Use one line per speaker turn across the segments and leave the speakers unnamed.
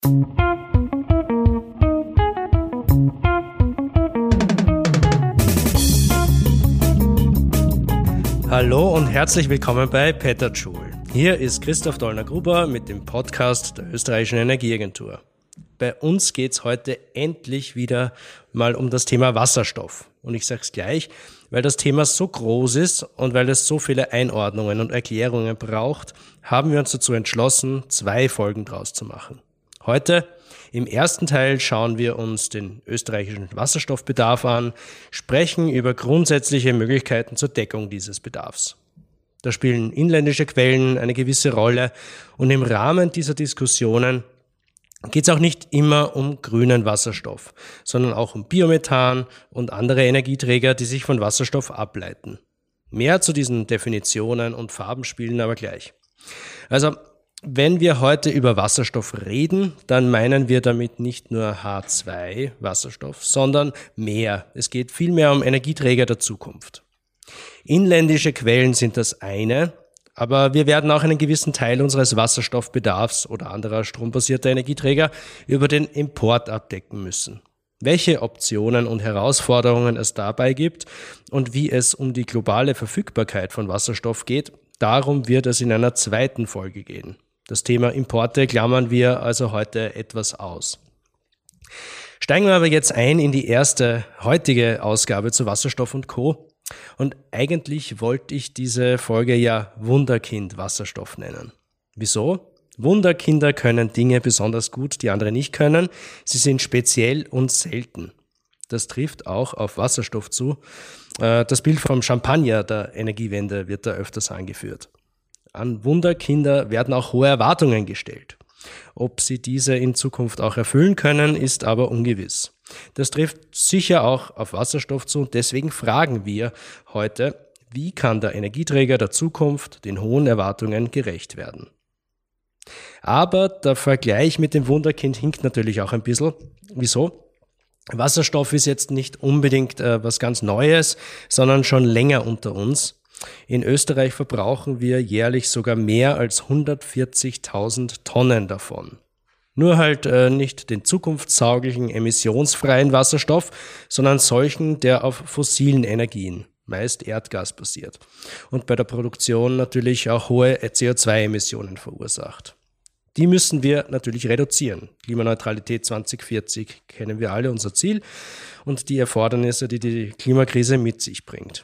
Hallo und herzlich willkommen bei Petterjoule. Hier ist Christoph Dollner-Gruber mit dem Podcast der Österreichischen Energieagentur. Bei uns geht es heute endlich wieder mal um das Thema Wasserstoff. Und ich sage es gleich, weil das Thema so groß ist und weil es so viele Einordnungen und Erklärungen braucht, haben wir uns dazu entschlossen, 2 Folgen draus zu machen. Heute im ersten Teil schauen wir uns den österreichischen Wasserstoffbedarf an, sprechen über grundsätzliche Möglichkeiten zur Deckung dieses Bedarfs. Da spielen inländische Quellen eine gewisse Rolle und im Rahmen dieser Diskussionen geht es auch nicht immer um grünen Wasserstoff, sondern auch um Biomethan und andere Energieträger, die sich von Wasserstoff ableiten. Mehr zu diesen Definitionen und Farbenspielen aber gleich. Also, wenn wir heute über Wasserstoff reden, dann meinen wir damit nicht nur H2-Wasserstoff, sondern mehr. Es geht vielmehr um Energieträger der Zukunft. Inländische Quellen sind das eine, aber wir werden auch einen gewissen Teil unseres Wasserstoffbedarfs oder anderer strombasierter Energieträger über den Import abdecken müssen. Welche Optionen und Herausforderungen es dabei gibt und wie es um die globale Verfügbarkeit von Wasserstoff geht, darum wird es in einer zweiten Folge gehen. Das Thema Importe klammern wir also heute etwas aus. Steigen wir aber jetzt ein in die erste heutige Ausgabe zu Wasserstoff und Co. Und eigentlich wollte ich diese Folge ja Wunderkind Wasserstoff nennen. Wieso? Wunderkinder können Dinge besonders gut, die andere nicht können. Sie sind speziell und selten. Das trifft auch auf Wasserstoff zu. Das Bild vom Champagner der Energiewende wird da öfters angeführt. An Wunderkinder werden auch hohe Erwartungen gestellt. Ob sie diese in Zukunft auch erfüllen können, ist aber ungewiss. Das trifft sicher auch auf Wasserstoff zu und deswegen fragen wir heute, wie kann der Energieträger der Zukunft den hohen Erwartungen gerecht werden? Aber der Vergleich mit dem Wunderkind hinkt natürlich auch ein bisschen. Wieso? Wasserstoff ist jetzt nicht unbedingt was ganz Neues, sondern schon länger unter uns. In Österreich verbrauchen wir jährlich sogar mehr als 140.000 Tonnen davon. Nur halt nicht den zukunftstauglichen, emissionsfreien Wasserstoff, sondern solchen, der auf fossilen Energien, meist Erdgas basiert und bei der Produktion natürlich auch hohe CO2-Emissionen verursacht. Die müssen wir natürlich reduzieren. Klimaneutralität 2040 kennen wir alle, unser Ziel und die Erfordernisse, die die Klimakrise mit sich bringt.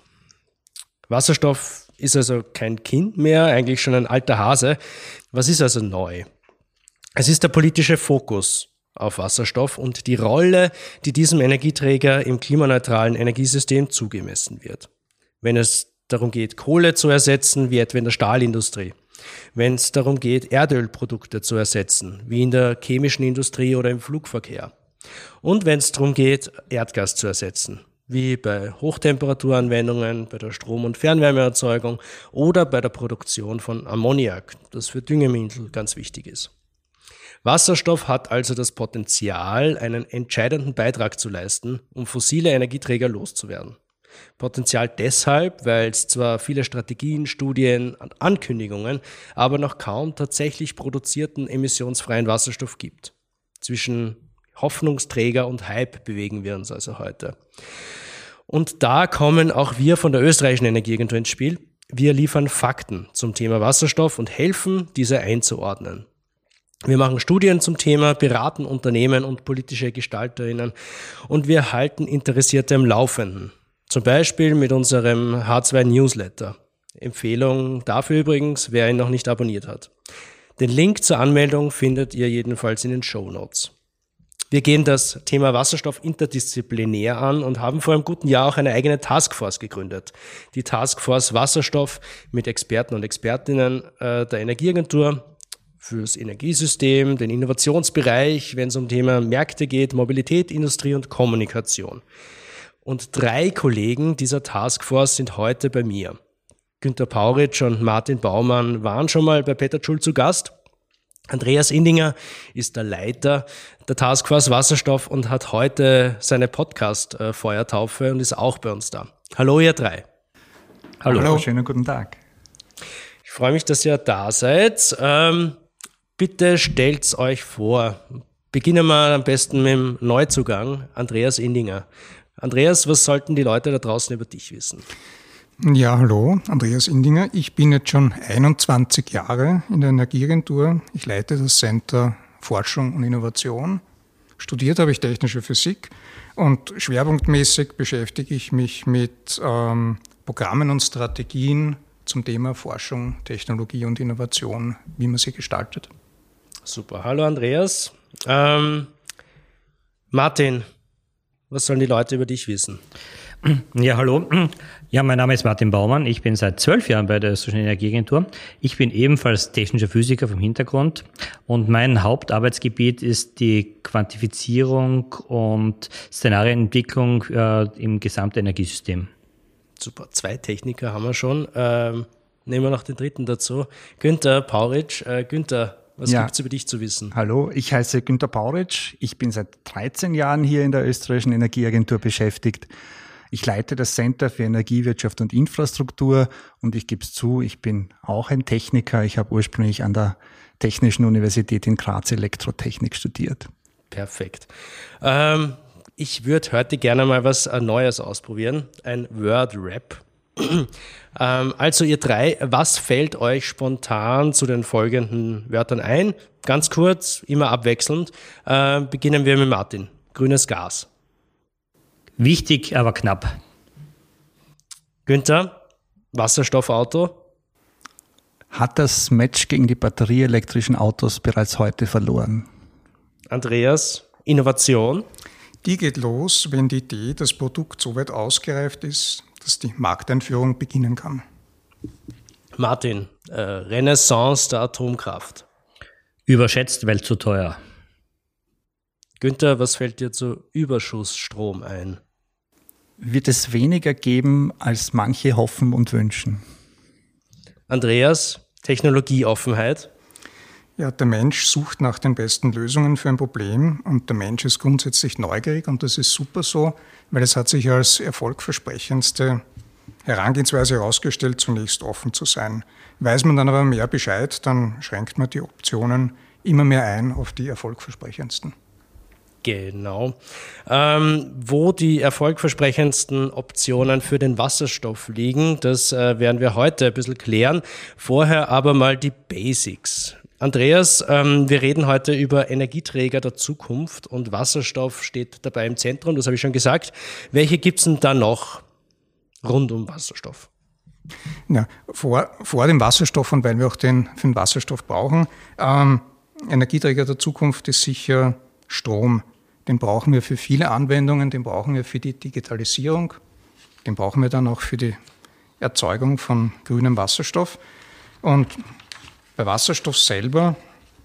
Wasserstoff ist also kein Kind mehr, eigentlich schon ein alter Hase. Was ist also neu? Es ist der politische Fokus auf Wasserstoff und die Rolle, die diesem Energieträger im klimaneutralen Energiesystem zugemessen wird. Wenn es darum geht, Kohle zu ersetzen, wie etwa in der Stahlindustrie. Wenn es darum geht, Erdölprodukte zu ersetzen, wie in der chemischen Industrie oder im Flugverkehr. Und wenn es darum geht, Erdgas zu ersetzen, wie bei Hochtemperaturanwendungen, bei der Strom- und Fernwärmeerzeugung oder bei der Produktion von Ammoniak, das für Düngemittel ganz wichtig ist. Wasserstoff hat also das Potenzial, einen entscheidenden Beitrag zu leisten, um fossile Energieträger loszuwerden. Potenzial deshalb, weil es zwar viele Strategien, Studien und Ankündigungen, aber noch kaum tatsächlich produzierten emissionsfreien Wasserstoff gibt. Zwischen Hoffnungsträger und Hype bewegen wir uns also heute. Und da kommen auch wir von der österreichischen Energieagentur ins Spiel. Wir liefern Fakten zum Thema Wasserstoff und helfen, diese einzuordnen. Wir machen Studien zum Thema, beraten Unternehmen und politische GestalterInnen und wir halten Interessierte am Laufenden. Zum Beispiel mit unserem H2-Newsletter. Empfehlung dafür übrigens, wer ihn noch nicht abonniert hat. Den Link zur Anmeldung findet ihr jedenfalls in den Shownotes. Wir gehen das Thema Wasserstoff interdisziplinär an und haben vor einem guten Jahr auch eine eigene Taskforce gegründet. Die Taskforce Wasserstoff mit Experten und Expertinnen der Energieagentur fürs Energiesystem, den Innovationsbereich, wenn es um Thema Märkte geht, Mobilität, Industrie und Kommunikation. Und 3 Kollegen dieser Taskforce sind heute bei mir. Günter Pauritsch und Martin Baumann waren schon mal bei Petterjoule zu Gast. Andreas Indinger ist der Leiter der Taskforce Wasserstoff und hat heute seine Podcast-Feuertaufe und ist auch bei uns da. Hallo ihr 3.
Hallo, schönen guten Tag.
Ich freue mich, dass ihr da seid. Bitte stellt euch vor, Beginnen wir am besten mit dem Neuzugang, Andreas Indinger. Andreas, was sollten die Leute da draußen über dich wissen?
Ja, hallo, Andreas Indinger. Ich bin jetzt schon 21 Jahre in der Energieagentur. Ich leite das Center Forschung und Innovation. Studiert habe ich technische Physik und schwerpunktmäßig beschäftige ich mich mit Programmen und Strategien zum Thema Forschung, Technologie und Innovation, wie man sie gestaltet.
Super. Hallo Andreas. Martin, was sollen die Leute über dich wissen?
Ja, hallo. Ja, mein Name ist Martin Baumann. Ich bin seit 12 Jahren bei der Österreichischen Energieagentur. Ich bin ebenfalls technischer Physiker vom Hintergrund und mein Hauptarbeitsgebiet ist die Quantifizierung und Szenarienentwicklung im gesamten Energiesystem.
Super, 2 Techniker haben wir schon. Nehmen wir noch den dritten dazu. Günther Pauritsch. Günther, was gibt es über dich zu wissen?
Hallo, ich heiße Günther Pauritsch. Ich bin seit 13 Jahren hier in der Österreichischen Energieagentur beschäftigt. Ich leite das Center für Energiewirtschaft und Infrastruktur und ich gebe es zu, ich bin auch ein Techniker. Ich habe ursprünglich an der Technischen Universität in Graz Elektrotechnik studiert.
Perfekt. Ich würde heute gerne mal was Neues ausprobieren, ein Word-Rap. Also ihr 3, was fällt euch spontan zu den folgenden Wörtern ein? Ganz kurz, immer abwechselnd. Beginnen wir mit Martin. Grünes Gas.
Wichtig, aber knapp.
Günther, Wasserstoffauto.
Hat das Match gegen die batterieelektrischen Autos bereits heute verloren?
Andreas, Innovation.
Die geht los, wenn die Idee, das Produkt so weit ausgereift ist, dass die Markteinführung beginnen kann.
Martin, Renaissance der Atomkraft.
Überschätzt, weil zu teuer.
Günther, was fällt dir zu Überschussstrom ein?
Wird es weniger geben, als manche hoffen und wünschen?
Andreas, Technologieoffenheit.
Ja, der Mensch sucht nach den besten Lösungen für ein Problem und der Mensch ist grundsätzlich neugierig und das ist super so, weil es hat sich als erfolgversprechendste Herangehensweise herausgestellt, zunächst offen zu sein. Weiß man dann aber mehr Bescheid, dann schränkt man die Optionen immer mehr ein auf die erfolgversprechendsten.
Genau. Wo die erfolgversprechendsten Optionen für den Wasserstoff liegen, das werden wir heute ein bisschen klären. Vorher aber mal die Basics. Andreas, wir reden heute über Energieträger der Zukunft und Wasserstoff steht dabei im Zentrum, das habe ich schon gesagt. Welche gibt es denn da noch rund um Wasserstoff?
Ja, vor dem Wasserstoff und weil wir auch für den Wasserstoff brauchen, Energieträger der Zukunft ist sicher Strom. Den brauchen wir für viele Anwendungen, den brauchen wir für die Digitalisierung, den brauchen wir dann auch für die Erzeugung von grünem Wasserstoff. Und bei Wasserstoff selber,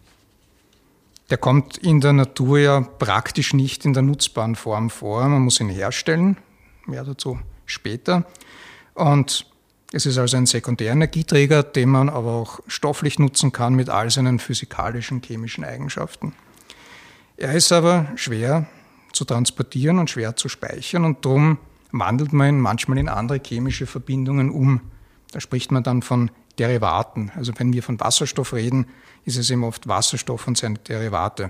der kommt in der Natur ja praktisch nicht in der nutzbaren Form vor. Man muss ihn herstellen, mehr dazu später. Und es ist also ein Sekundärenergieträger, den man aber auch stofflich nutzen kann mit all seinen physikalischen, chemischen Eigenschaften. Er ist aber schwer zu transportieren und schwer zu speichern und darum wandelt man ihn manchmal in andere chemische Verbindungen um. Da spricht man dann von Derivaten. Also wenn wir von Wasserstoff reden, ist es eben oft Wasserstoff und seine Derivate.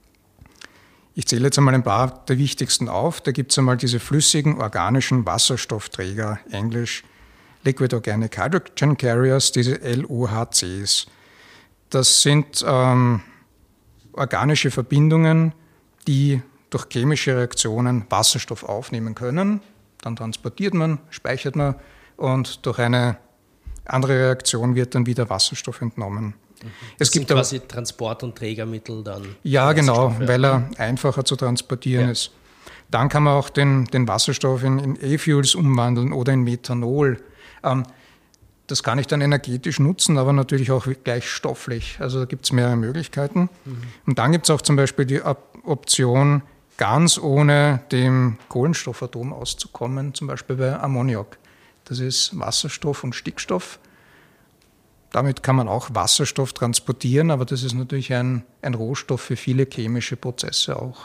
Ich zähle jetzt einmal ein paar der wichtigsten auf. Da gibt es einmal diese flüssigen organischen Wasserstoffträger, englisch Liquid Organic Hydrogen Carriers, diese LOHCs. Das sind organische Verbindungen, die durch chemische Reaktionen Wasserstoff aufnehmen können. Dann transportiert man, speichert man und durch eine andere Reaktion wird dann wieder Wasserstoff entnommen.
Es gibt quasi Transport- und Trägermittel dann.
Ja, genau, weil er einfacher zu transportieren ist. Dann kann man auch den Wasserstoff in E-Fuels umwandeln oder in Methanol. Das kann ich dann energetisch nutzen, aber natürlich auch gleich stofflich. Also da gibt es mehrere Möglichkeiten. Und dann gibt es auch zum Beispiel die Option, ganz ohne dem Kohlenstoffatom auszukommen, zum Beispiel bei Ammoniak. Das ist Wasserstoff und Stickstoff. Damit kann man auch Wasserstoff transportieren, aber das ist natürlich ein Rohstoff für viele chemische Prozesse auch.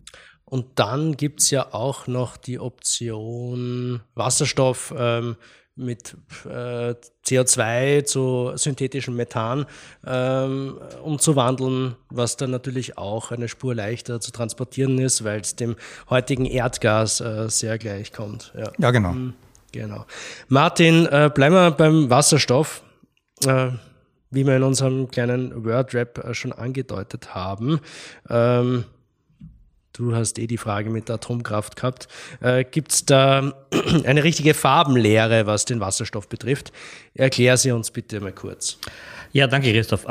Und dann gibt es ja auch noch die Option Wasserstoff mit CO2 zu synthetischem Methan umzuwandeln, was dann natürlich auch eine Spur leichter zu transportieren ist, weil es dem heutigen Erdgas sehr gleich kommt.
Ja, genau.
Genau. Martin, bleiben wir beim Wasserstoff. Wie wir in unserem kleinen Word-Rap schon angedeutet haben. Du hast die Frage mit der Atomkraft gehabt. Gibt es da eine richtige Farbenlehre, was den Wasserstoff betrifft? Erklär sie uns bitte mal kurz.
Ja, danke Christoph.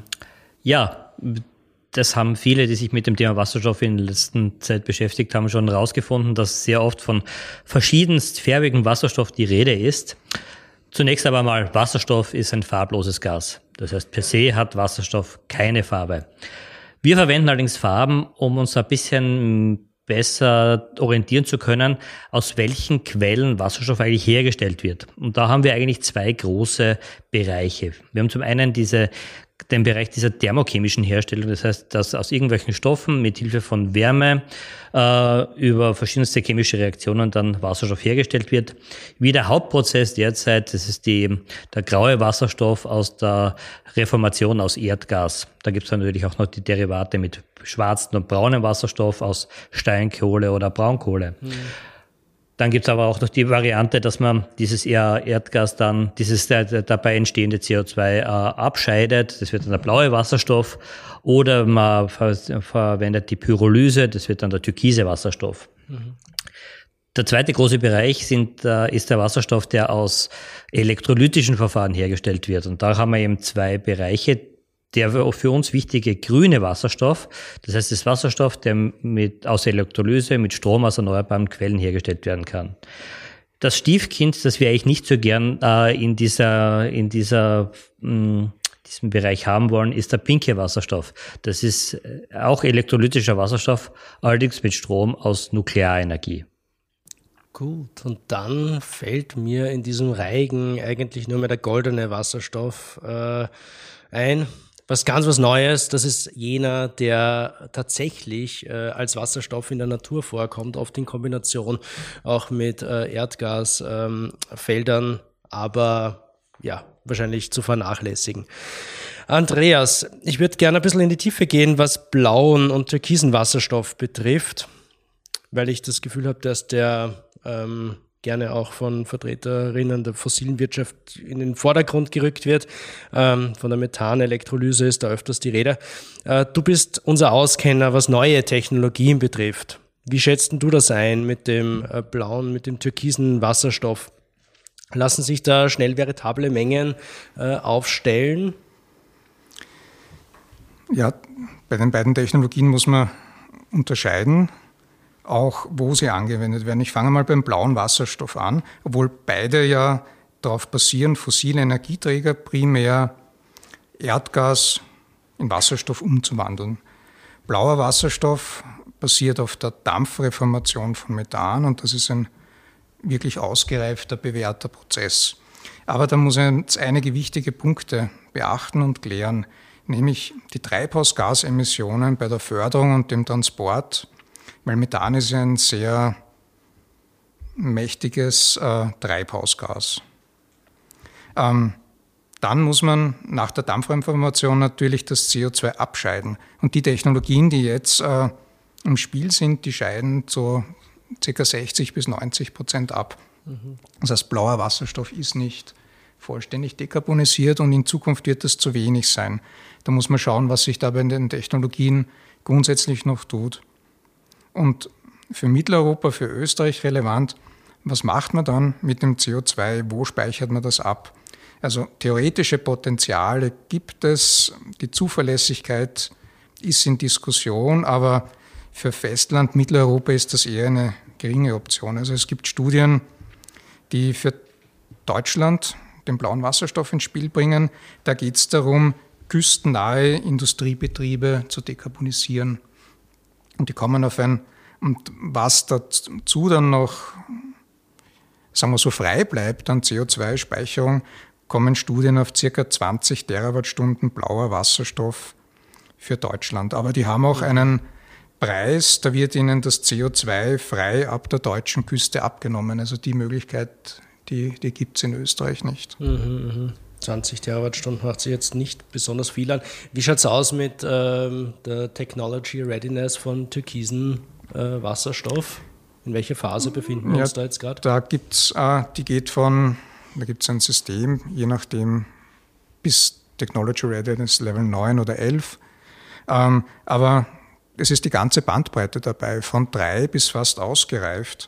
Das haben viele, die sich mit dem Thema Wasserstoff in der letzten Zeit beschäftigt haben, schon herausgefunden, dass sehr oft von verschiedenst färbigem Wasserstoff die Rede ist. Zunächst aber mal, Wasserstoff ist ein farbloses Gas. Das heißt, per se hat Wasserstoff keine Farbe. Wir verwenden allerdings Farben, um uns ein bisschen besser orientieren zu können, aus welchen Quellen Wasserstoff eigentlich hergestellt wird. Und da haben wir eigentlich zwei große Bereiche. Wir haben zum einen den Bereich dieser thermochemischen Herstellung, das heißt, dass aus irgendwelchen Stoffen mit Hilfe von Wärme über verschiedenste chemische Reaktionen dann Wasserstoff hergestellt wird. Wie der Hauptprozess derzeit, das ist der graue Wasserstoff aus der Reformation aus Erdgas. Da gibt es dann natürlich auch noch die Derivate mit schwarzen und braunem Wasserstoff aus Steinkohle oder Braunkohle. Dann gibt es aber auch noch die Variante, dass man dieses Erdgas dann, dieses dabei entstehende CO2 abscheidet. Das wird dann der blaue Wasserstoff. Oder man verwendet die Pyrolyse, das wird dann der türkise Wasserstoff. Der zweite große Bereich ist der Wasserstoff, der aus elektrolytischen Verfahren hergestellt wird. Und da haben wir eben zwei Bereiche. Der für uns wichtige grüne Wasserstoff, das heißt das Wasserstoff, der aus Elektrolyse mit Strom aus erneuerbaren Quellen hergestellt werden kann. Das Stiefkind, das wir eigentlich nicht so gern in diesem Bereich haben wollen, ist der pinke Wasserstoff. Das ist auch elektrolytischer Wasserstoff, allerdings mit Strom aus Nuklearenergie.
Gut, und dann fällt mir in diesem Reigen eigentlich nur mehr der goldene Wasserstoff ein. Was Neues, das ist jener, der tatsächlich als Wasserstoff in der Natur vorkommt, oft in Kombination auch mit Erdgasfeldern, aber ja, wahrscheinlich zu vernachlässigen. Andreas, ich würde gerne ein bisschen in die Tiefe gehen, was blauen und türkisen Wasserstoff betrifft, weil ich das Gefühl habe, dass der gerne auch von Vertreterinnen der fossilen Wirtschaft in den Vordergrund gerückt wird. Von der Methanelektrolyse ist da öfters die Rede. Du bist unser Auskenner, was neue Technologien betrifft. Wie schätzt du das ein mit dem blauen, mit dem türkisen Wasserstoff? Lassen sich da schnell veritable Mengen aufstellen?
Ja, bei den beiden Technologien muss man unterscheiden, auch wo sie angewendet werden. Ich fange mal beim blauen Wasserstoff an, obwohl beide ja darauf basieren, fossile Energieträger primär Erdgas in Wasserstoff umzuwandeln. Blauer Wasserstoff basiert auf der Dampfreformation von Methan und das ist ein wirklich ausgereifter, bewährter Prozess. Aber da muss man jetzt einige wichtige Punkte beachten und klären, nämlich die Treibhausgasemissionen bei der Förderung und dem Transport, weil Methan ist ja ein sehr mächtiges Treibhausgas. Dann muss man nach der Dampfreformation natürlich das CO2 abscheiden. Und die Technologien, die jetzt im Spiel sind, die scheiden zu ca. 60-90% ab. Das heißt, blauer Wasserstoff ist nicht vollständig dekarbonisiert und in Zukunft wird das zu wenig sein. Da muss man schauen, was sich da bei den Technologien grundsätzlich noch tut. Und für Mitteleuropa, für Österreich relevant, was macht man dann mit dem CO2, wo speichert man das ab? Also theoretische Potenziale gibt es, die Zuverlässigkeit ist in Diskussion, aber für Festland Mitteleuropa ist das eher eine geringe Option. Also es gibt Studien, die für Deutschland den blauen Wasserstoff ins Spiel bringen. Da geht es darum, küstennahe Industriebetriebe zu dekarbonisieren. Und die kommen auf und was dazu dann noch, sagen wir so, frei bleibt an CO2-Speicherung, kommen Studien auf ca. 20 Terawattstunden blauer Wasserstoff für Deutschland. Aber die haben auch einen Preis, da wird ihnen das CO2 frei ab der deutschen Küste abgenommen. Also die Möglichkeit die gibt es in Österreich nicht.
20 Terawattstunden macht sich jetzt nicht besonders viel an. Wie schaut es aus mit der Technology Readiness von türkisen Wasserstoff? In welcher Phase befinden wir uns da jetzt gerade?
Da gibt es ein System, je nachdem, bis Technology Readiness Level 9 oder 11. Aber es ist die ganze Bandbreite dabei, von 3 bis fast ausgereift.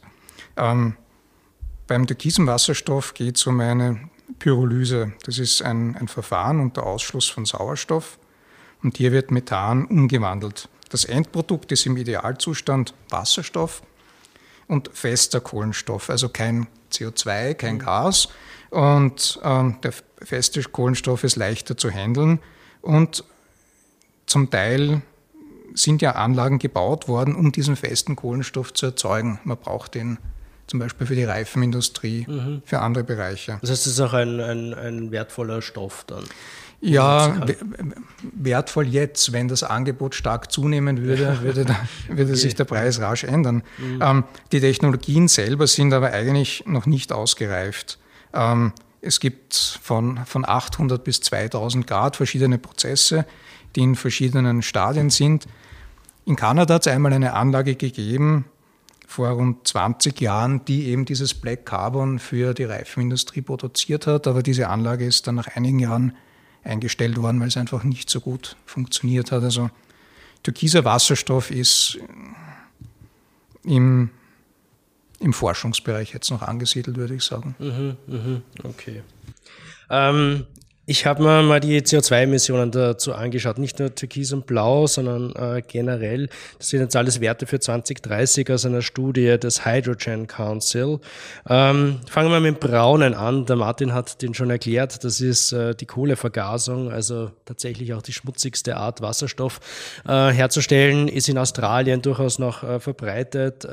Beim türkisen Wasserstoff geht es um eine Pyrolyse. Das ist ein Verfahren unter Ausschluss von Sauerstoff und hier wird Methan umgewandelt. Das Endprodukt ist im Idealzustand Wasserstoff und fester Kohlenstoff, also kein CO2, kein Gas. Und der feste Kohlenstoff ist leichter zu handeln und zum Teil sind ja Anlagen gebaut worden, um diesen festen Kohlenstoff zu erzeugen. Man braucht den zum Beispiel für die Reifenindustrie, für andere Bereiche.
Das heißt, es ist auch ein wertvoller Stoff dann?
Ja, wertvoll jetzt. Wenn das Angebot stark zunehmen würde sich der Preis rasch ändern. Die Technologien selber sind aber eigentlich noch nicht ausgereift. Es gibt von 800 bis 2000 Grad verschiedene Prozesse, die in verschiedenen Stadien sind. In Kanada hat es einmal eine Anlage gegeben, vor rund 20 Jahren, die eben dieses Black Carbon für die Reifenindustrie produziert hat. Aber diese Anlage ist dann nach einigen Jahren eingestellt worden, weil es einfach nicht so gut funktioniert hat. Also türkiser Wasserstoff ist im Forschungsbereich jetzt noch angesiedelt, würde ich sagen.
Okay. Ich habe mir mal die CO2-Emissionen dazu angeschaut, nicht nur Türkis und Blau, sondern generell. Das sind jetzt alles Werte für 2030 aus einer Studie des Hydrogen Council. Fangen wir mit dem Braunen an. Der Martin hat den schon erklärt. Das ist die Kohlevergasung, also tatsächlich auch die schmutzigste Art, Wasserstoff herzustellen, ist in Australien durchaus noch verbreitet.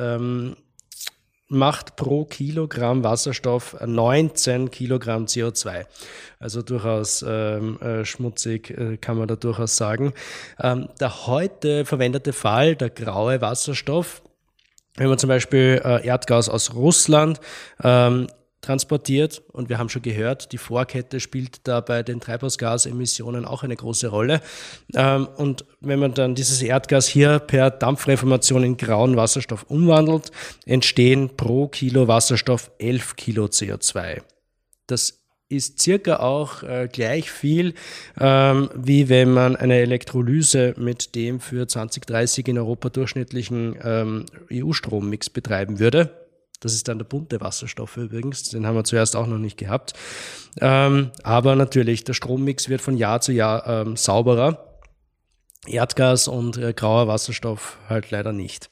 Macht pro Kilogramm Wasserstoff 19 Kilogramm CO2. Also durchaus schmutzig, kann man da durchaus sagen. Der heute verwendete Fall, der graue Wasserstoff, wenn man zum Beispiel Erdgas aus Russland transportiert, und wir haben schon gehört, die Vorkette spielt da bei den Treibhausgasemissionen auch eine große Rolle. Und wenn man dann dieses Erdgas hier per Dampfreformation in grauen Wasserstoff umwandelt, entstehen pro Kilo Wasserstoff 11 Kilo CO2. Das ist circa auch gleich viel, wie wenn man eine Elektrolyse mit dem für 2030 in Europa durchschnittlichen EU-Strommix betreiben würde. Das ist dann der bunte Wasserstoff übrigens, den haben wir zuerst auch noch nicht gehabt. Aber natürlich, der Strommix wird von Jahr zu Jahr sauberer. Erdgas und grauer Wasserstoff halt leider nicht.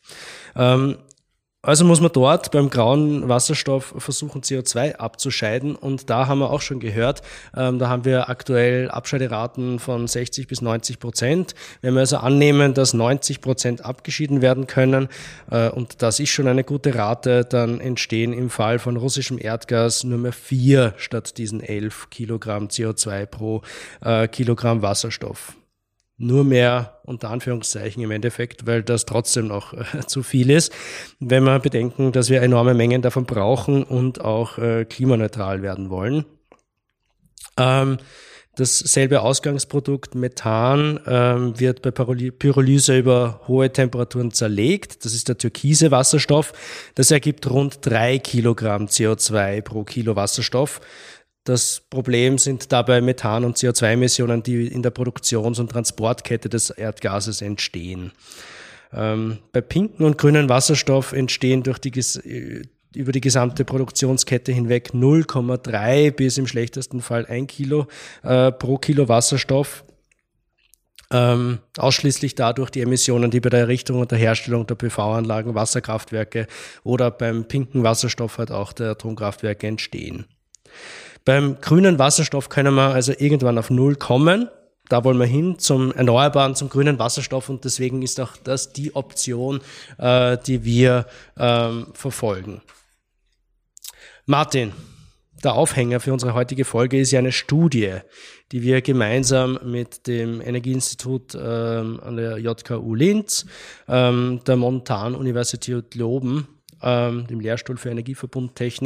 Also muss man dort beim grauen Wasserstoff versuchen, CO2 abzuscheiden, und da haben wir auch schon gehört, da haben wir aktuell Abscheideraten von 60 bis 90%. Wenn wir also annehmen, dass 90% abgeschieden werden können, und das ist schon eine gute Rate, dann entstehen im Fall von russischem Erdgas nur mehr 4 statt diesen 11 Kilogramm CO2 pro Kilogramm Wasserstoff. Nur mehr unter Anführungszeichen im Endeffekt, weil das trotzdem noch zu viel ist, wenn wir bedenken, dass wir enorme Mengen davon brauchen und auch klimaneutral werden wollen. Dasselbe Ausgangsprodukt Methan wird bei Pyrolyse über hohe Temperaturen zerlegt. Das ist der türkise Wasserstoff. Das ergibt rund 3 Kilogramm CO2 pro Kilo Wasserstoff. Das Problem sind dabei Methan- und CO2-Emissionen, die in der Produktions- und Transportkette des Erdgases entstehen. Bei pinken und grünen Wasserstoff entstehen über die gesamte Produktionskette hinweg 0,3 bis im schlechtesten Fall 1 Kilo pro Kilo Wasserstoff. Ausschließlich dadurch die Emissionen, die bei der Errichtung und der Herstellung der PV-Anlagen, Wasserkraftwerke oder beim pinken Wasserstoff halt auch der Atomkraftwerke entstehen. Beim grünen Wasserstoff können wir also irgendwann auf Null kommen. Da wollen wir hin zum Erneuerbaren, zum grünen Wasserstoff, und deswegen ist auch das die Option, die wir verfolgen. Martin, der Aufhänger für unsere heutige Folge ist ja eine Studie, die wir gemeinsam mit dem Energieinstitut an der JKU Linz, der Montan-Universität Leoben, dem Lehrstuhl für Energieverbundtechnik,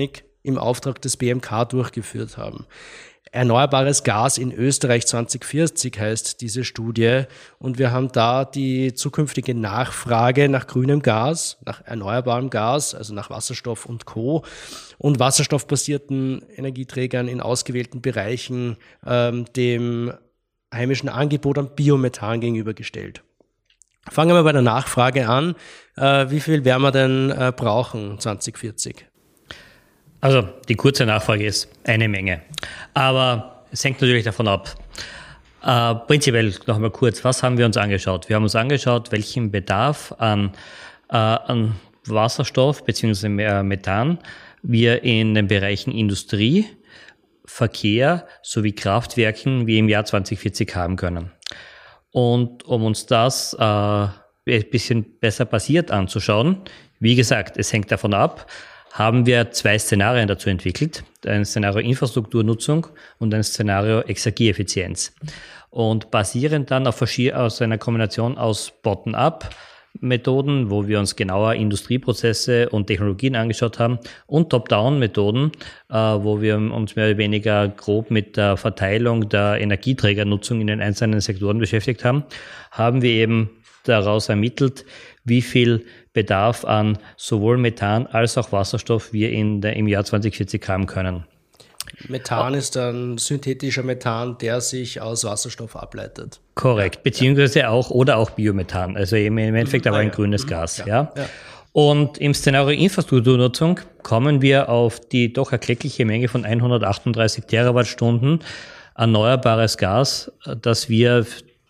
im Auftrag des BMK durchgeführt haben. Erneuerbares Gas in Österreich 2040 heißt diese Studie, und wir haben da die zukünftige Nachfrage nach grünem Gas, nach erneuerbarem Gas, also nach Wasserstoff und Co. und wasserstoffbasierten Energieträgern in ausgewählten Bereichen dem heimischen Angebot an Biomethan gegenübergestellt. Fangen wir bei der Nachfrage an. Wie viel werden wir denn brauchen 2040?
Also die kurze Nachfrage ist eine Menge. Aber es hängt natürlich davon ab. Prinzipiell noch einmal kurz, was haben wir uns angeschaut? Wir haben uns angeschaut, welchen Bedarf an Wasserstoff bzw. Methan wir in den Bereichen Industrie, Verkehr sowie Kraftwerken wie im Jahr 2040 haben können. Und um uns das ein bisschen besser basiert anzuschauen, wie gesagt, es hängt davon ab, haben wir 2 Szenarien dazu entwickelt. Ein Szenario Infrastrukturnutzung und ein Szenario Exergieeffizienz. Und basierend dann aus einer Kombination aus Bottom-up-Methoden, wo wir uns genauer Industrieprozesse und Technologien angeschaut haben, und Top-down-Methoden, wo wir uns mehr oder weniger grob mit der Verteilung der Energieträgernutzung in den einzelnen Sektoren beschäftigt haben, haben wir eben daraus ermittelt, wie viel Bedarf an sowohl Methan als auch Wasserstoff wir im Jahr 2040 haben können.
Methan ist dann synthetischer Methan, der sich aus Wasserstoff ableitet.
Korrekt, beziehungsweise auch Biomethan, also im Endeffekt aber ein grünes Gas. Ja. Und im Szenario Infrastrukturnutzung kommen wir auf die doch erkleckliche Menge von 138 Terawattstunden erneuerbares Gas, das wir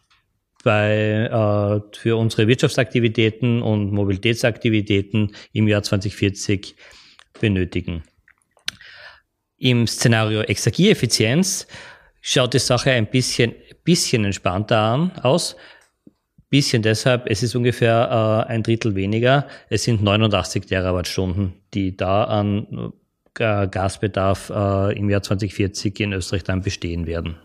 für unsere Wirtschaftsaktivitäten und Mobilitätsaktivitäten im Jahr 2040 benötigen. Im Szenario Exergieeffizienz schaut die Sache ein bisschen entspannter aus. Bisschen deshalb, es ist ungefähr ein Drittel weniger. Es sind 89 Terawattstunden, die da an Gasbedarf im Jahr 2040 in Österreich dann bestehen werden.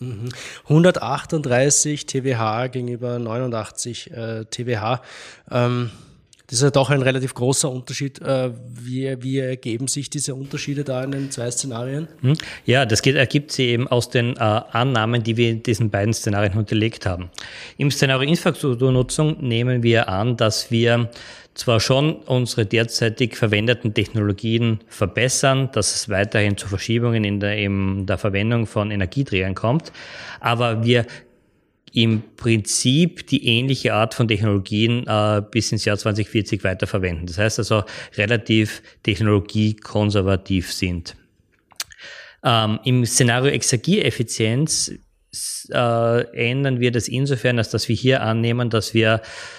138 TWh gegenüber 89 TWh. Das ist ja doch ein relativ großer Unterschied. Wie ergeben sich diese Unterschiede da in den 2 Szenarien?
Ja, das ergibt sich eben aus den Annahmen, die wir in diesen beiden Szenarien unterlegt haben. Im Szenario Infrastrukturnutzung nehmen wir an, dass wir zwar schon unsere derzeitig verwendeten Technologien verbessern, dass es weiterhin zu Verschiebungen in der Verwendung von Energieträgern kommt, aber wir im Prinzip die ähnliche Art von Technologien bis ins Jahr 2040 weiterverwenden. Das heißt also relativ technologiekonservativ sind. Im Szenario Exergieeffizienz ändern wir das insofern, als dass wir hier annehmen, dass wir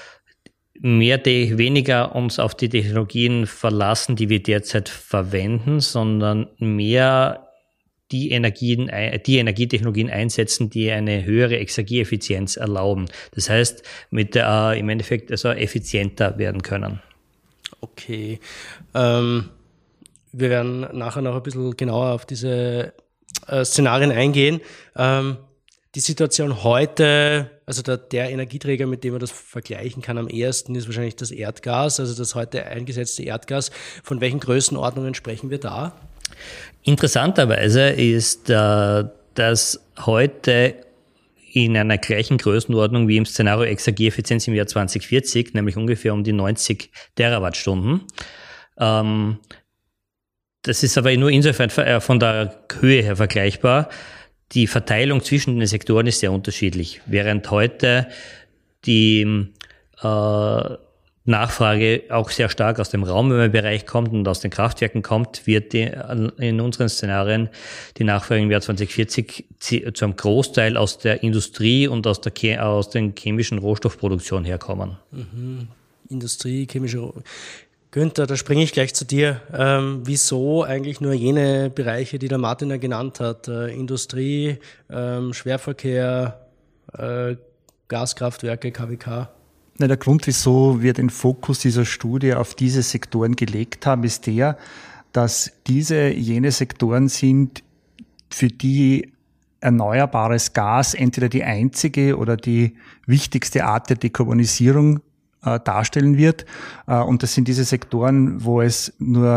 weniger uns auf die Technologien verlassen, die wir derzeit verwenden, sondern mehr die Energietechnologien einsetzen, die eine höhere Exergieeffizienz erlauben. Das heißt, im Endeffekt also effizienter werden können.
Okay. Wir werden nachher noch ein bisschen genauer auf diese Szenarien eingehen. Die Situation heute, also der Energieträger, mit dem man das vergleichen kann am ehesten, ist wahrscheinlich das Erdgas, also das heute eingesetzte Erdgas. Von welchen Größenordnungen sprechen wir da?
Interessanterweise ist, dass heute in einer gleichen Größenordnung wie im Szenario Exergieeffizienz im Jahr 2040, nämlich ungefähr um die 90 Terawattstunden. Das ist aber nur insofern von der Höhe her vergleichbar. Die Verteilung zwischen den Sektoren ist sehr unterschiedlich. Während heute die Nachfrage auch sehr stark aus dem Raumwärmebereich kommt und aus den Kraftwerken kommt, wird in unseren Szenarien die Nachfrage im Jahr 2040 zu einem Großteil aus der Industrie und aus den chemischen Rohstoffproduktion herkommen.
Industrie, chemische Günther, da springe ich gleich zu dir. Wieso eigentlich nur jene Bereiche, die der Martin ja genannt hat? Industrie, Schwerverkehr, Gaskraftwerke, KWK?
Der Grund, wieso wir den Fokus dieser Studie auf diese Sektoren gelegt haben, ist der, dass diese jene Sektoren sind, für die erneuerbares Gas entweder die einzige oder die wichtigste Art der Dekarbonisierung darstellen wird. Und das sind diese Sektoren, wo es nur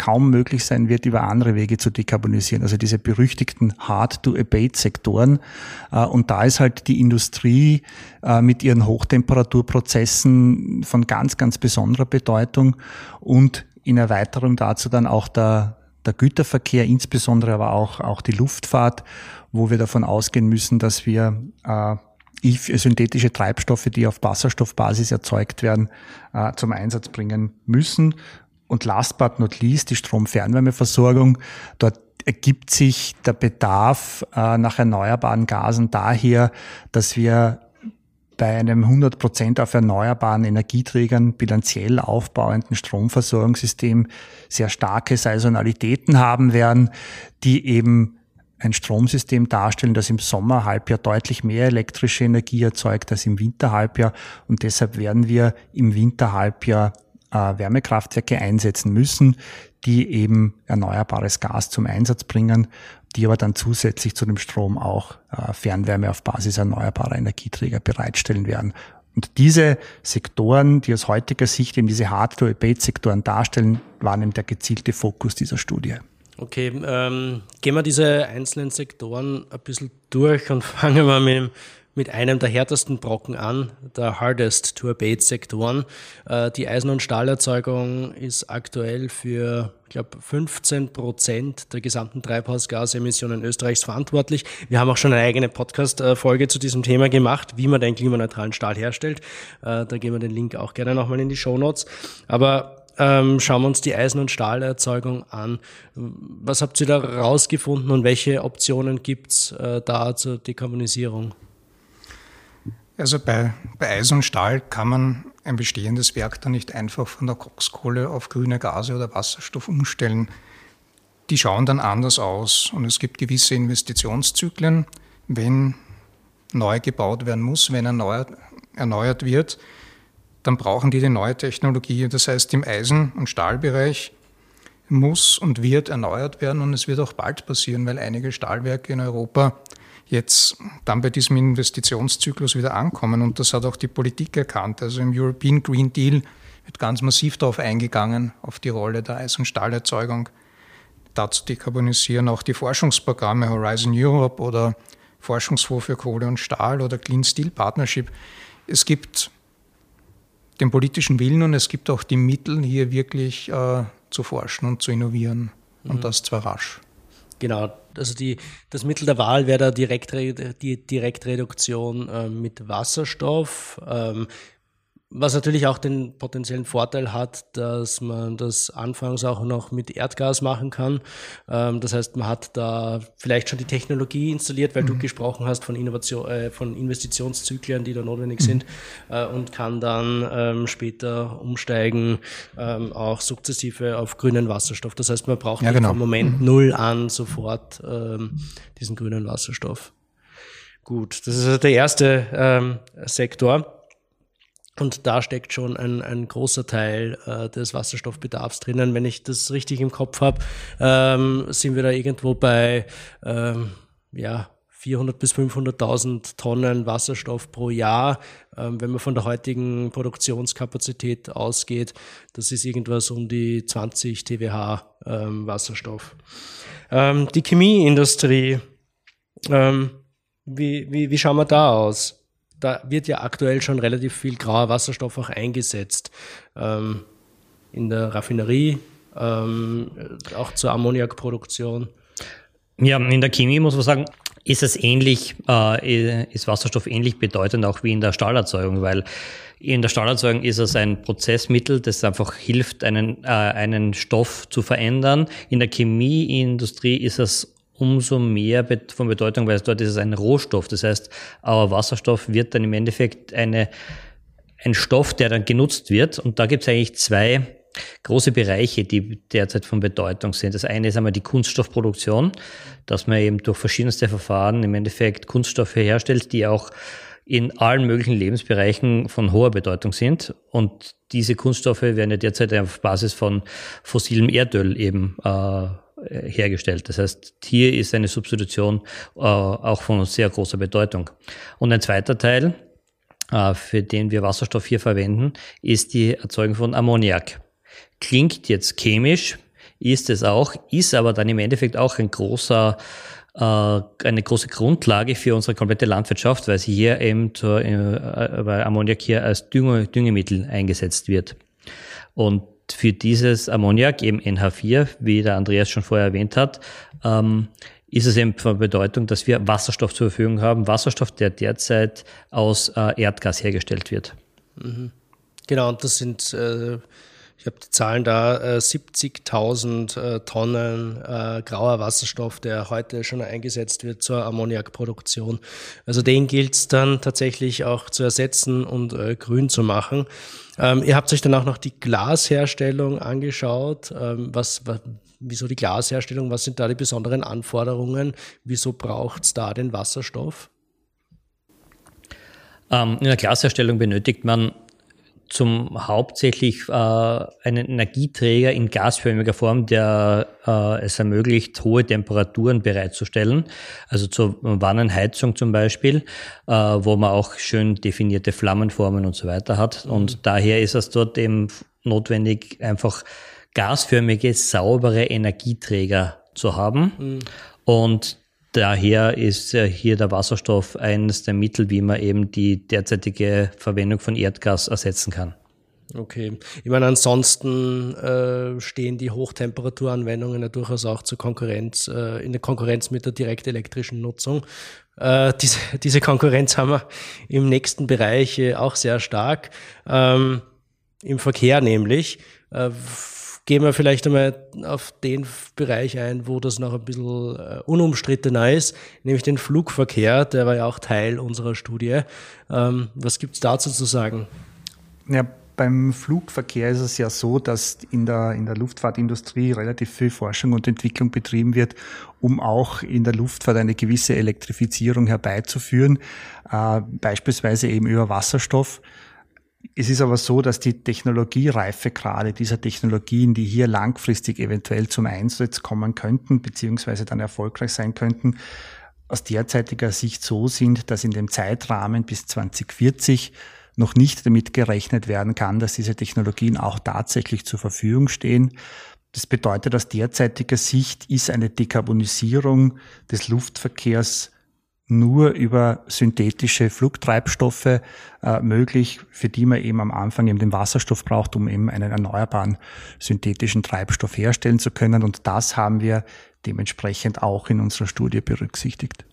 kaum möglich sein wird, über andere Wege zu dekarbonisieren. Also diese berüchtigten Hard-to-Abate-Sektoren. Und da ist halt die Industrie mit ihren Hochtemperaturprozessen von ganz, ganz besonderer Bedeutung und in Erweiterung dazu dann auch der Güterverkehr, insbesondere aber auch die Luftfahrt, wo wir davon ausgehen müssen, dass wir synthetische Treibstoffe, die auf Wasserstoffbasis erzeugt werden, zum Einsatz bringen müssen. Und last but not least die Strom-Fernwärmeversorgung. Dort ergibt sich der Bedarf nach erneuerbaren Gasen daher, dass wir bei einem 100% auf erneuerbaren Energieträgern bilanziell aufbauenden Stromversorgungssystem sehr starke Saisonalitäten haben werden, die eben ein Stromsystem darstellen, das im Sommerhalbjahr deutlich mehr elektrische Energie erzeugt als im Winterhalbjahr. Und deshalb werden wir im Winterhalbjahr Wärmekraftwerke einsetzen müssen, die eben erneuerbares Gas zum Einsatz bringen, die aber dann zusätzlich zu dem Strom auch Fernwärme auf Basis erneuerbarer Energieträger bereitstellen werden. Und diese Sektoren, die aus heutiger Sicht eben diese Hard-to-Abate-Sektoren darstellen, waren eben der gezielte Fokus dieser Studie.
Okay, gehen wir diese einzelnen Sektoren ein bisschen durch und fangen wir mit einem der härtesten Brocken an, der Hardest-to-Abate-Sektoren. Die Eisen- und Stahlerzeugung ist aktuell für, ich glaube, 15% der gesamten Treibhausgasemissionen Österreichs verantwortlich. Wir haben auch schon eine eigene Podcast-Folge zu diesem Thema gemacht, wie man den klimaneutralen Stahl herstellt. Da geben wir den Link auch gerne nochmal in die Shownotes. Aber schauen wir uns die Eisen- und Stahlerzeugung an. Was habt ihr da rausgefunden und welche Optionen gibt's da zur Dekarbonisierung?
Also bei Eisen und Stahl kann man ein bestehendes Werk dann nicht einfach von der Kochskohle auf grüne Gase oder Wasserstoff umstellen. Die schauen dann anders aus und es gibt gewisse Investitionszyklen, wenn neu gebaut werden muss, wenn erneuert wird, dann brauchen die neue Technologie. Das heißt, im Eisen- und Stahlbereich muss und wird erneuert werden und es wird auch bald passieren, weil einige Stahlwerke in Europa jetzt dann bei diesem Investitionszyklus wieder ankommen. Und das hat auch die Politik erkannt. Also im European Green Deal wird ganz massiv darauf eingegangen, auf die Rolle der Eisen- und Stahlerzeugung, da zu dekarbonisieren. Auch die Forschungsprogramme Horizon Europe oder Forschungsfonds für Kohle und Stahl oder Clean Steel Partnership. Es gibt den politischen Willen und es gibt auch die Mittel, hier wirklich zu forschen und zu innovieren. Und das zwar rasch.
Genau, also das Mittel der Wahl wäre die Direktreduktion mit Wasserstoff, was natürlich auch den potenziellen Vorteil hat, dass man das anfangs auch noch mit Erdgas machen kann. Das heißt, man hat da vielleicht schon die Technologie installiert, weil du gesprochen hast von von Investitionszyklen, die da notwendig sind, und kann dann später umsteigen, auch sukzessive auf grünen Wasserstoff. Das heißt, man braucht nicht vom Moment null an sofort diesen grünen Wasserstoff. Gut, das ist also der erste Sektor. Und da steckt schon ein großer Teil des Wasserstoffbedarfs drinnen. Wenn ich das richtig im Kopf habe, sind wir da irgendwo bei 400.000 bis 500.000 Tonnen Wasserstoff pro Jahr. Wenn man von der heutigen Produktionskapazität ausgeht, das ist irgendwas um die 20 TWh Wasserstoff. Die Chemieindustrie, wie schauen wir da aus? Da wird ja aktuell schon relativ viel grauer Wasserstoff auch eingesetzt. In der Raffinerie, auch zur Ammoniakproduktion.
Ja, in der Chemie muss man sagen, ist Wasserstoff ähnlich bedeutend auch wie in der Stahlerzeugung, weil in der Stahlerzeugung ist es ein Prozessmittel, das einfach hilft, einen Stoff zu verändern. In der Chemieindustrie ist es umso mehr von Bedeutung, weil dort ist es ein Rohstoff. Das heißt, Wasserstoff wird dann im Endeffekt ein Stoff, der dann genutzt wird. Und da gibt es eigentlich zwei große Bereiche, die derzeit von Bedeutung sind. Das eine ist einmal die Kunststoffproduktion, dass man eben durch verschiedenste Verfahren im Endeffekt Kunststoffe herstellt, die auch in allen möglichen Lebensbereichen von hoher Bedeutung sind. Und diese Kunststoffe werden ja derzeit auf Basis von fossilem Erdöl eben hergestellt. Das heißt, hier ist eine Substitution auch von sehr großer Bedeutung. Und ein zweiter Teil, für den wir Wasserstoff hier verwenden, ist die Erzeugung von Ammoniak. Klingt jetzt chemisch, ist es auch, ist aber dann im Endeffekt auch eine große Grundlage für unsere komplette Landwirtschaft, weil sie hier eben weil Ammoniak hier als Düngemittel eingesetzt wird. Und für dieses Ammoniak, eben NH4, wie der Andreas schon vorher erwähnt hat, ist es eben von Bedeutung, dass wir Wasserstoff zur Verfügung haben. Wasserstoff, der derzeit aus Erdgas hergestellt wird.
Genau, und das sind, ich habe die Zahlen da, 70.000 Tonnen grauer Wasserstoff, der heute schon eingesetzt wird zur Ammoniakproduktion. Also den gilt es dann tatsächlich auch zu ersetzen und grün zu machen. Ihr habt euch dann auch noch die Glasherstellung angeschaut. Wieso die Glasherstellung? Was sind da die besonderen Anforderungen? Wieso braucht es da den Wasserstoff?
In der Glasherstellung benötigt man hauptsächlich einen Energieträger in gasförmiger Form, der es ermöglicht, hohe Temperaturen bereitzustellen, also zur Wannenheizung zum Beispiel, wo man auch schön definierte Flammenformen und so weiter hat. Und daher ist es dort eben notwendig, einfach gasförmige, saubere Energieträger zu haben. Und daher ist hier der Wasserstoff eines der Mittel, wie man eben die derzeitige Verwendung von Erdgas ersetzen kann.
Okay. Ich meine, ansonsten stehen die Hochtemperaturanwendungen ja durchaus auch in der Konkurrenz mit der direkt elektrischen Nutzung. Diese Konkurrenz haben wir im nächsten Bereich auch sehr stark. Im Verkehr nämlich. Gehen wir vielleicht einmal auf den Bereich ein, wo das noch ein bisschen unumstrittener ist, nämlich den Flugverkehr, der war ja auch Teil unserer Studie. Was gibt's dazu zu sagen?
Ja, beim Flugverkehr ist es ja so, dass in der Luftfahrtindustrie relativ viel Forschung und Entwicklung betrieben wird, um auch in der Luftfahrt eine gewisse Elektrifizierung herbeizuführen, beispielsweise eben über Wasserstoff. Es ist aber so, dass die Technologiereifegrade dieser Technologien, die hier langfristig eventuell zum Einsatz kommen könnten, beziehungsweise dann erfolgreich sein könnten, aus derzeitiger Sicht so sind, dass in dem Zeitrahmen bis 2040 noch nicht damit gerechnet werden kann, dass diese Technologien auch tatsächlich zur Verfügung stehen. Das bedeutet, aus derzeitiger Sicht ist eine Dekarbonisierung des Luftverkehrs nur über synthetische Flugtreibstoffe möglich, für die man eben am Anfang eben den Wasserstoff braucht, um eben einen erneuerbaren synthetischen Treibstoff herstellen zu können. Und das haben wir dementsprechend auch in unserer Studie berücksichtigt.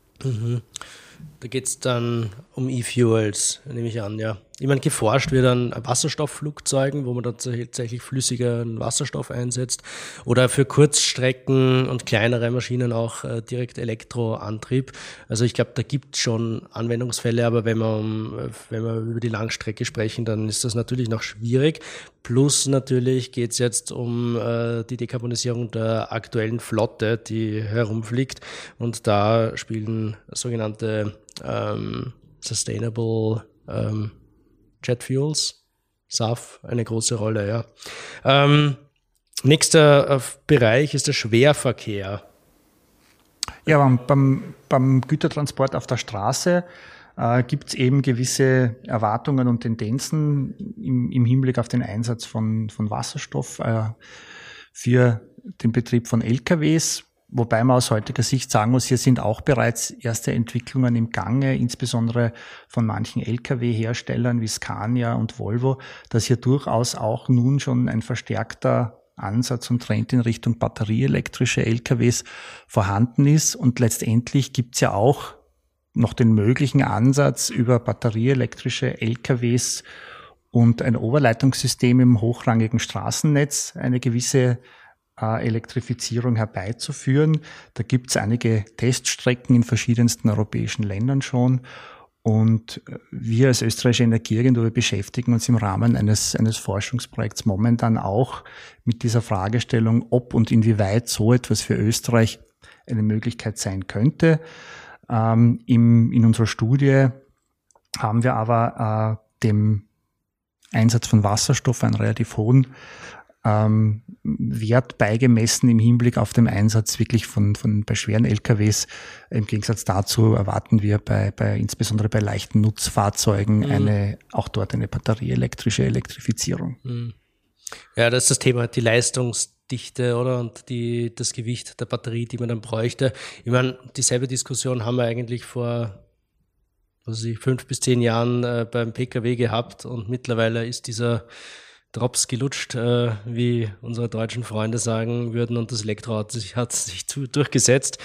Da geht es dann um E-Fuels, nehme ich an, ja. Ich meine, geforscht wird an Wasserstoffflugzeugen, wo man dann tatsächlich flüssigen Wasserstoff einsetzt, oder für Kurzstrecken und kleinere Maschinen auch direkt Elektroantrieb. Also ich glaube, da gibt es schon Anwendungsfälle, aber wenn wir über die Langstrecke sprechen, dann ist das natürlich noch schwierig. Plus natürlich geht es jetzt um die Dekarbonisierung der aktuellen Flotte, die herumfliegt, und da spielen sogenannte Sustainable Jet Fuels, SAF, eine große Rolle, ja. Nächster Bereich ist der Schwerverkehr.
Ja, beim Gütertransport auf der Straße gibt es eben gewisse Erwartungen und Tendenzen im Hinblick auf den Einsatz von Wasserstoff für den Betrieb von LKWs. Wobei man aus heutiger Sicht sagen muss, hier sind auch bereits erste Entwicklungen im Gange, insbesondere von manchen Lkw-Herstellern wie Scania und Volvo, dass hier durchaus auch nun schon ein verstärkter Ansatz und Trend in Richtung batterieelektrische LKWs vorhanden ist. Und letztendlich gibt's ja auch noch den möglichen Ansatz, über batterieelektrische LKWs und ein Oberleitungssystem im hochrangigen Straßennetz eine gewisse Elektrifizierung herbeizuführen. Da gibt es einige Teststrecken in verschiedensten europäischen Ländern schon. Und wir als Österreichische Energieagentur beschäftigen uns im Rahmen eines Forschungsprojekts momentan auch mit dieser Fragestellung, ob und inwieweit so etwas für Österreich eine Möglichkeit sein könnte. In unserer Studie haben wir aber dem Einsatz von Wasserstoff einen relativ hohen Wert beigemessen im Hinblick auf den Einsatz wirklich bei schweren LKWs. Im Gegensatz dazu erwarten wir insbesondere bei leichten Nutzfahrzeugen auch dort eine batterieelektrische Elektrifizierung.
Ja, das ist das Thema, die Dichte oder und das Gewicht der Batterie, die man dann bräuchte. Ich meine, dieselbe Diskussion haben wir eigentlich vor 5 bis 10 Jahren beim PKW gehabt und mittlerweile ist dieser Drops gelutscht, wie unsere deutschen Freunde sagen würden, und das Elektroauto hat sich durchgesetzt.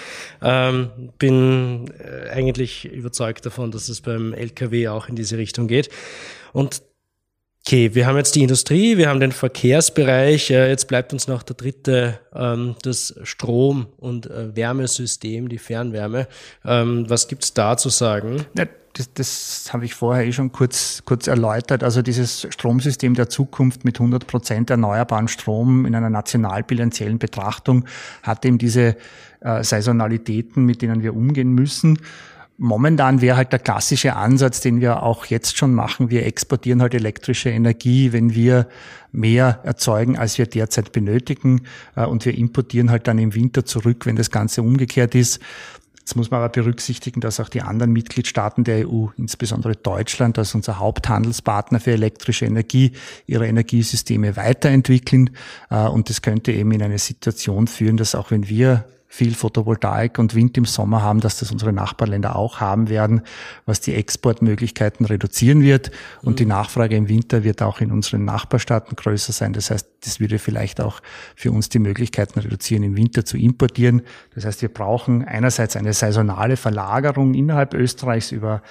Bin eigentlich überzeugt davon, dass es beim LKW auch in diese Richtung geht. Und okay, wir haben jetzt die Industrie, wir haben den Verkehrsbereich, jetzt bleibt uns noch der dritte, das Strom- und Wärmesystem, die Fernwärme. Was gibt's da zu sagen?
Ja, das habe ich vorher schon kurz erläutert. Also dieses Stromsystem der Zukunft mit 100% erneuerbaren Strom in einer nationalbilanziellen Betrachtung hat eben diese Saisonalitäten, mit denen wir umgehen müssen. Momentan wäre halt der klassische Ansatz, den wir auch jetzt schon machen. Wir exportieren halt elektrische Energie, wenn wir mehr erzeugen, als wir derzeit benötigen. Und wir importieren halt dann im Winter zurück, wenn das Ganze umgekehrt ist. Jetzt muss man aber berücksichtigen, dass auch die anderen Mitgliedstaaten der EU, insbesondere Deutschland als unser Haupthandelspartner für elektrische Energie, ihre Energiesysteme weiterentwickeln. Und das könnte eben in eine Situation führen, dass auch wenn wir viel Photovoltaik und Wind im Sommer haben, dass das unsere Nachbarländer auch haben werden, was die Exportmöglichkeiten reduzieren wird. Und die Nachfrage im Winter wird auch in unseren Nachbarstaaten größer sein. Das heißt, das würde vielleicht auch für uns die Möglichkeiten reduzieren, im Winter zu importieren. Das heißt, wir brauchen einerseits eine saisonale Verlagerung innerhalb Österreichs über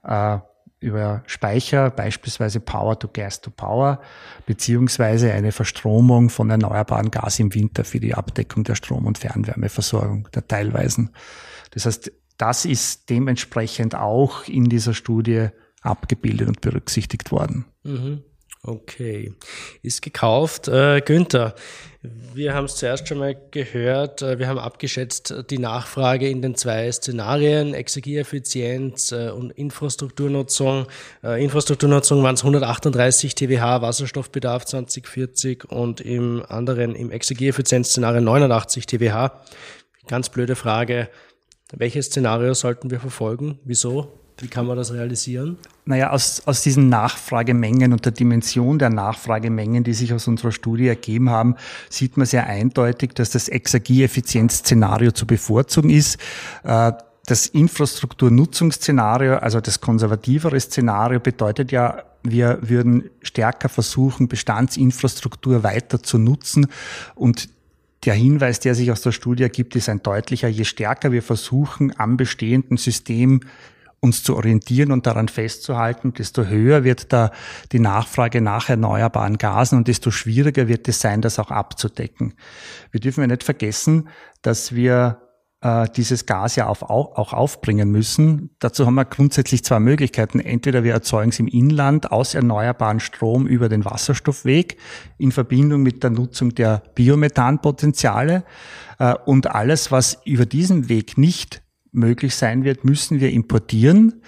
Speicher, beispielsweise Power to Gas to Power, beziehungsweise eine Verstromung von erneuerbaren Gas im Winter für die Abdeckung der Strom- und Fernwärmeversorgung der Teilweisen. Das heißt, das ist dementsprechend auch in dieser Studie abgebildet und berücksichtigt worden.
Okay, ist gekauft. Günther, wir haben es zuerst schon mal gehört, wir haben abgeschätzt die Nachfrage in den 2 Szenarien, Energieeffizienz und Infrastrukturnutzung. Infrastrukturnutzung waren es 138 TWh Wasserstoffbedarf 2040 und im Energieeffizienz-Szenario 89 TWh. Ganz blöde Frage, welches Szenario sollten wir verfolgen? Wieso? Wie kann man das realisieren?
Naja, aus diesen Nachfragemengen und der Dimension der Nachfragemengen, die sich aus unserer Studie ergeben haben, sieht man sehr eindeutig, dass das Exergieeffizienz-Szenario zu bevorzugen ist. Das Infrastrukturnutzungsszenario, also das konservativere Szenario, bedeutet ja, wir würden stärker versuchen, Bestandsinfrastruktur weiter zu nutzen. Und der Hinweis, der sich aus der Studie ergibt, ist ein deutlicher: Je stärker wir versuchen, am bestehenden System uns zu orientieren und daran festzuhalten, desto höher wird da die Nachfrage nach erneuerbaren Gasen und desto schwieriger wird es sein, das auch abzudecken. Wir dürfen ja nicht vergessen, dass wir dieses Gas ja auch aufbringen müssen. Dazu haben wir grundsätzlich 2 Möglichkeiten. Entweder wir erzeugen es im Inland aus erneuerbaren Strom über den Wasserstoffweg in Verbindung mit der Nutzung der Biomethanpotenziale. Und alles, was über diesen Weg nicht möglich sein wird, müssen wir importieren.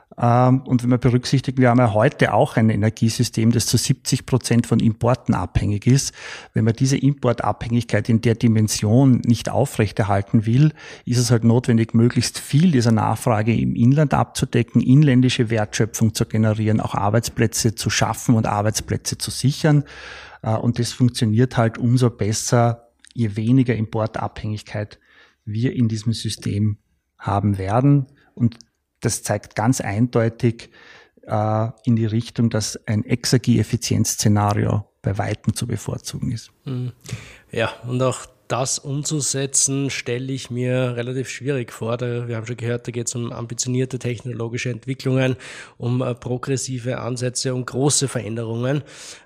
Und wenn wir berücksichtigen, wir haben ja heute auch ein Energiesystem, das zu 70% von Importen abhängig ist. Wenn man diese Importabhängigkeit in der Dimension nicht aufrechterhalten will, ist es halt notwendig, möglichst viel dieser Nachfrage im Inland abzudecken, inländische Wertschöpfung zu generieren, auch Arbeitsplätze zu schaffen und Arbeitsplätze zu sichern. Und das funktioniert halt umso besser, je weniger Importabhängigkeit wir in diesem System haben werden. Und das zeigt ganz eindeutig in die Richtung, dass ein Exergieeffizienz-Szenario bei Weitem zu bevorzugen ist.
Ja, und auch das umzusetzen, stelle ich mir relativ schwierig vor. Wir haben schon gehört, da geht es um ambitionierte technologische Entwicklungen, um progressive Ansätze, um große Veränderungen.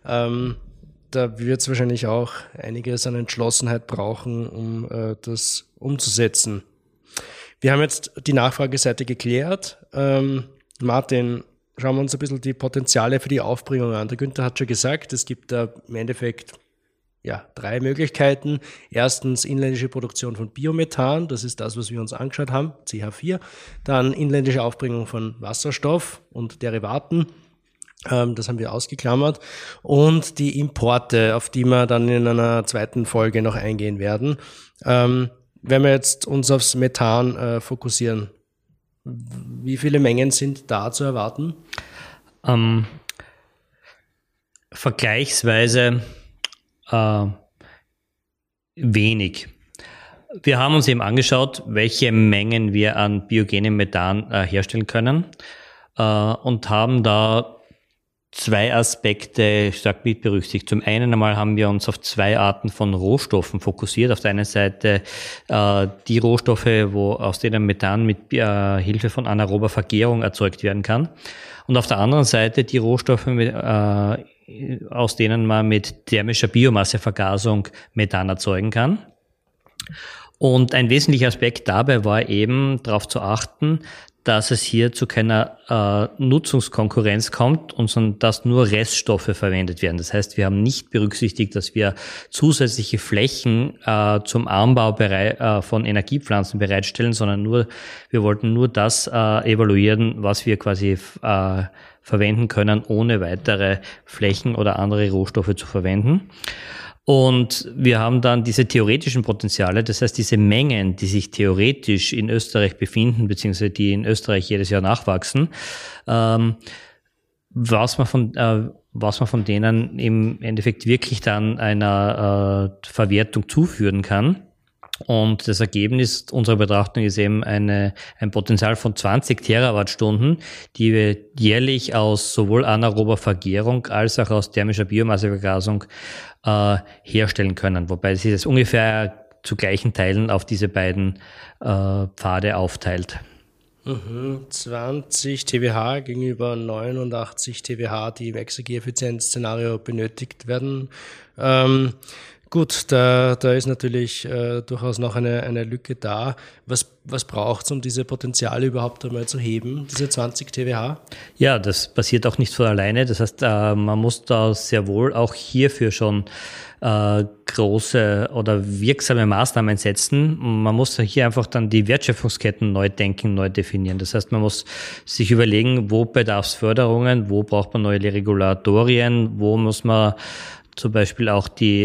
Da wird es wahrscheinlich auch einiges an Entschlossenheit brauchen, um das umzusetzen. Wir haben jetzt die Nachfrageseite geklärt. Martin, schauen wir uns ein bisschen die Potenziale für die Aufbringung an. Der Günther hat schon gesagt, es gibt da im Endeffekt 3 Möglichkeiten. Erstens inländische Produktion von Biomethan, das ist das, was wir uns angeschaut haben, CH4. Dann inländische Aufbringung von Wasserstoff und Derivaten. Das haben wir ausgeklammert. Und die Importe, auf die wir dann in einer zweiten Folge noch eingehen werden. Wenn wir jetzt uns aufs Methan fokussieren, wie viele Mengen sind da zu erwarten?
Vergleichsweise wenig. Wir haben uns eben angeschaut, welche Mengen wir an biogenem Methan herstellen können und haben da zwei Aspekte stark mit berücksichtigt. Zum einen einmal haben wir uns auf zwei Arten von Rohstoffen fokussiert. Auf der einen Seite die Rohstoffe, aus denen Methan mit Hilfe von anaerober Vergärung erzeugt werden kann. Und auf der anderen Seite die Rohstoffe, aus denen man mit thermischer Biomassevergasung Methan erzeugen kann. Und ein wesentlicher Aspekt dabei war eben darauf zu achten, dass es hier zu keiner Nutzungskonkurrenz kommt und dass nur Reststoffe verwendet werden. Das heißt, wir haben nicht berücksichtigt, dass wir zusätzliche Flächen zum Anbau von Energiepflanzen bereitstellen, sondern wir wollten nur das evaluieren, was wir quasi verwenden können, ohne weitere Flächen oder andere Rohstoffe zu verwenden. Und wir haben dann diese theoretischen Potenziale, das heißt diese Mengen, die sich theoretisch in Österreich befinden, beziehungsweise die in Österreich jedes Jahr nachwachsen, was man von denen im Endeffekt wirklich dann einer Verwertung zuführen kann. Und das Ergebnis unserer Betrachtung ist eben ein Potenzial von 20 Terawattstunden, die wir jährlich aus sowohl anaerober Vergärung als auch aus thermischer Biomassevergasung herstellen können. Wobei sich das ungefähr zu gleichen Teilen auf diese beiden Pfade aufteilt.
20 TWh gegenüber 89 TWh, die im Exergieeffizienz-Szenario benötigt werden. Gut, da ist natürlich durchaus noch eine Lücke da. Was braucht es, um diese Potenziale überhaupt einmal zu heben, diese 20 TWh?
Ja, das passiert auch nicht von alleine. Das heißt, man muss da sehr wohl auch hierfür schon große oder wirksame Maßnahmen setzen. Man muss hier einfach dann die Wertschöpfungsketten neu denken, neu definieren. Das heißt, man muss sich überlegen, wo bedarf es Förderungen, wo braucht man neue Regulatorien, wo muss man zum Beispiel auch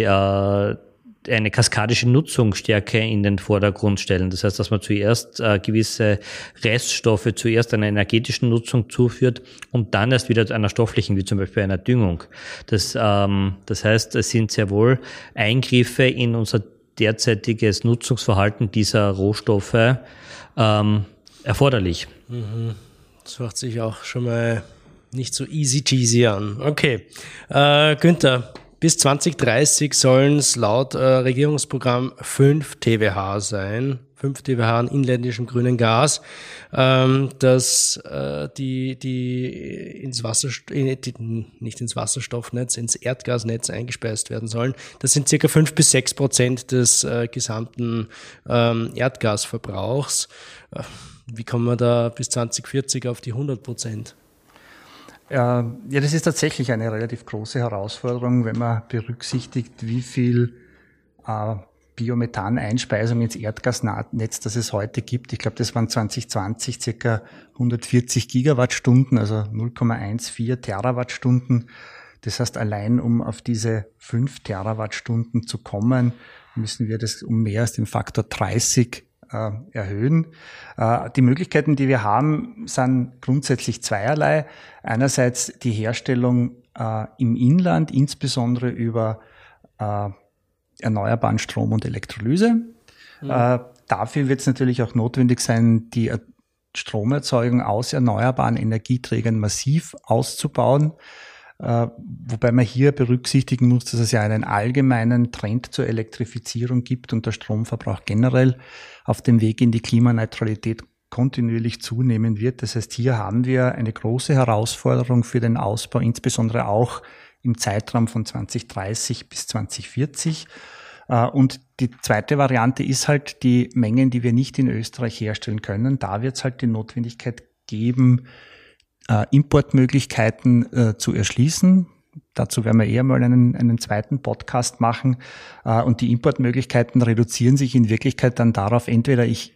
eine kaskadische Nutzung stärker in den Vordergrund stellen. Das heißt, dass man zuerst gewisse Reststoffe zuerst einer energetischen Nutzung zuführt und dann erst wieder einer stofflichen, wie zum Beispiel einer Düngung. Das heißt, es sind sehr wohl Eingriffe in unser derzeitiges Nutzungsverhalten dieser Rohstoffe erforderlich.
Das macht sich auch schon mal nicht so easy cheesy an. Okay, Günther, bis 2030 sollen es laut Regierungsprogramm 5 TWh sein. 5 TWh an inländischem grünen Gas, dass die nicht ins Wasserstoffnetz, ins Erdgasnetz eingespeist werden sollen. Das sind circa 5-6% des gesamten Erdgasverbrauchs. Wie kommen wir da bis 2040 auf die 100%?
Ja, das ist tatsächlich eine relativ große Herausforderung, wenn man berücksichtigt, wie viel Biomethan-Einspeisung ins Erdgasnetz, das es heute gibt. Ich glaube, das waren 2020 circa 140 Gigawattstunden, also 0,14 Terawattstunden. Das heißt, allein um auf diese 5 Terawattstunden zu kommen, müssen wir das um mehr als den Faktor 30 erhöhen. Die Möglichkeiten, die wir haben, sind grundsätzlich zweierlei. Einerseits die Herstellung im Inland, insbesondere über erneuerbaren Strom und Elektrolyse. Dafür wird es natürlich auch notwendig sein, die Stromerzeugung aus erneuerbaren Energieträgern massiv auszubauen. Wobei man hier berücksichtigen muss, dass es ja einen allgemeinen Trend zur Elektrifizierung gibt und der Stromverbrauch generell auf dem Weg in die Klimaneutralität kontinuierlich zunehmen wird. Das heißt, hier haben wir eine große Herausforderung für den Ausbau, insbesondere auch im Zeitraum von 2030 bis 2040. Und die zweite Variante ist halt die Mengen, die wir nicht in Österreich herstellen können. Da wird es halt die Notwendigkeit geben, Importmöglichkeiten zu erschließen. Dazu werden wir eher mal einen zweiten Podcast machen. Und die Importmöglichkeiten reduzieren sich in Wirklichkeit dann darauf, entweder ich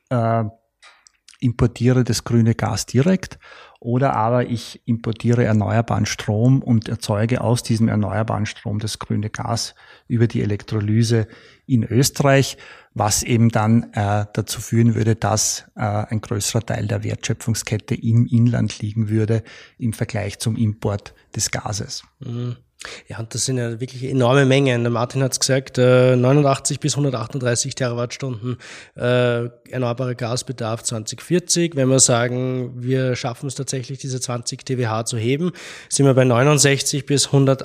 importiere das grüne Gas direkt oder aber ich importiere erneuerbaren Strom und erzeuge aus diesem erneuerbaren Strom das grüne Gas über die Elektrolyse in Österreich, was eben dann dazu führen würde, dass ein größerer Teil der Wertschöpfungskette im Inland liegen würde im Vergleich zum Import des Gases.
Ja, und das sind ja wirklich enorme Mengen. Der Martin hat es gesagt, 89 bis 138 Terawattstunden erneuerbarer Gasbedarf 2040. Wenn wir sagen, wir schaffen es tatsächlich, diese 20 TWh zu heben, sind wir bei 69 bis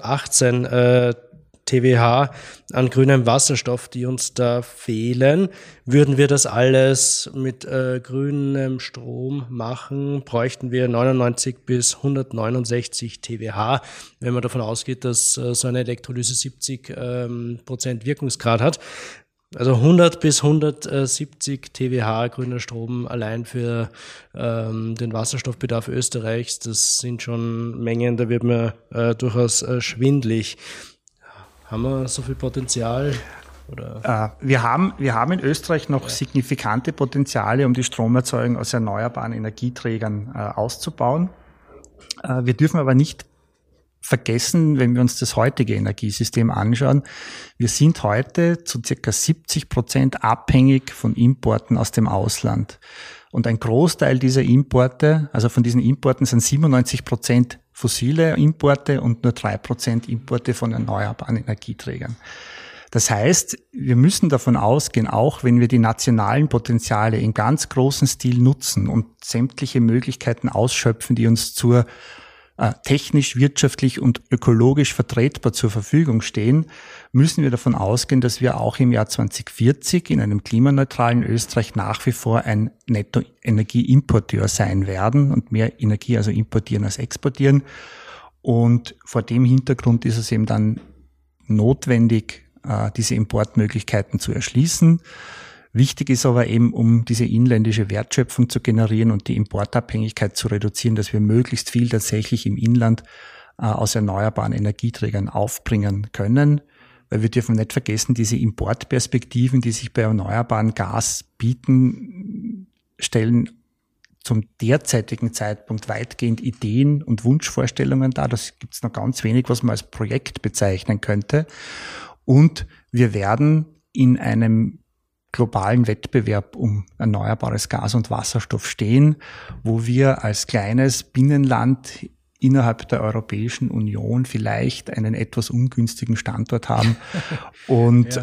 118 TWh an grünem Wasserstoff, die uns da fehlen. Würden wir das alles mit grünem Strom machen, bräuchten wir 99 bis 169 TWh, wenn man davon ausgeht, dass so eine Elektrolyse 70% Wirkungsgrad hat. Also 100 bis 170 TWh grüner Strom allein für den Wasserstoffbedarf Österreichs, das sind schon Mengen, da wird man durchaus schwindlig. Haben wir so viel Potenzial? Oder?
Wir haben in Österreich noch signifikante Potenziale, um die Stromerzeugung aus erneuerbaren Energieträgern auszubauen. Wir dürfen aber nicht vergessen, wenn wir uns das heutige Energiesystem anschauen, wir sind heute zu ca. 70% abhängig von Importen aus dem Ausland. Und ein Großteil dieser Importe, also von diesen Importen sind 97% fossile Importe und nur 3% Importe von erneuerbaren Energieträgern. Das heißt, wir müssen davon ausgehen, auch wenn wir die nationalen Potenziale in ganz großem Stil nutzen und sämtliche Möglichkeiten ausschöpfen, die uns zur technisch, wirtschaftlich und ökologisch vertretbar zur Verfügung stehen, müssen wir davon ausgehen, dass wir auch im Jahr 2040 in einem klimaneutralen Österreich nach wie vor ein Nettoenergieimporteur sein werden und mehr Energie also importieren als exportieren. Und vor dem Hintergrund ist es eben dann notwendig, diese Importmöglichkeiten zu erschließen. Wichtig ist aber eben, um diese inländische Wertschöpfung zu generieren und die Importabhängigkeit zu reduzieren, dass wir möglichst viel tatsächlich im Inland aus erneuerbaren Energieträgern aufbringen können. Weil wir dürfen nicht vergessen, diese Importperspektiven, die sich bei erneuerbaren Gas bieten, stellen zum derzeitigen Zeitpunkt weitgehend Ideen und Wunschvorstellungen dar. Das gibt es noch ganz wenig, was man als Projekt bezeichnen könnte. Und wir werden in einem globalen Wettbewerb um erneuerbares Gas und Wasserstoff stehen, wo wir als kleines Binnenland innerhalb der Europäischen Union vielleicht einen etwas ungünstigen Standort haben und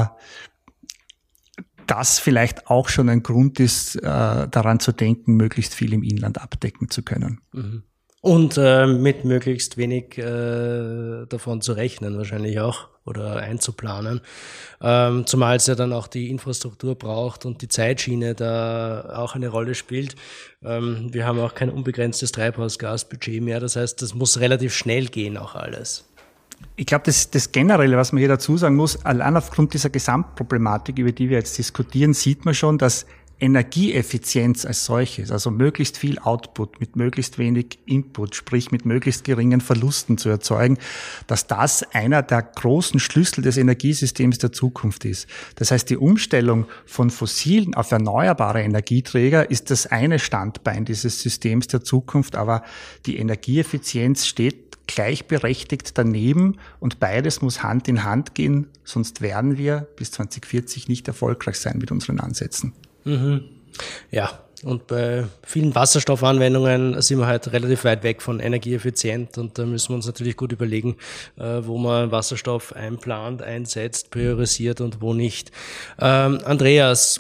das vielleicht auch schon ein Grund ist, daran zu denken, möglichst viel im Inland abdecken zu können.
Und mit möglichst wenig davon zu rechnen wahrscheinlich auch oder einzuplanen, zumal es ja dann auch die Infrastruktur braucht und die Zeitschiene da auch eine Rolle spielt. Wir haben auch kein unbegrenztes Treibhausgasbudget mehr, das heißt, das muss relativ schnell gehen auch alles.
Ich glaube, das Generelle, was man hier dazu sagen muss, allein aufgrund dieser Gesamtproblematik, über die wir jetzt diskutieren, sieht man schon, dass Energieeffizienz als solches, also möglichst viel Output mit möglichst wenig Input, sprich mit möglichst geringen Verlusten zu erzeugen, dass das einer der großen Schlüssel des Energiesystems der Zukunft ist. Das heißt, die Umstellung von fossilen auf erneuerbare Energieträger ist das eine Standbein dieses Systems der Zukunft, aber die Energieeffizienz steht gleichberechtigt daneben und beides muss Hand in Hand gehen, sonst werden wir bis 2040 nicht erfolgreich sein mit unseren Ansätzen.
Ja, und bei vielen Wasserstoffanwendungen sind wir halt relativ weit weg von energieeffizient und da müssen wir uns natürlich gut überlegen, wo man Wasserstoff einplant, einsetzt, priorisiert und wo nicht. Andreas,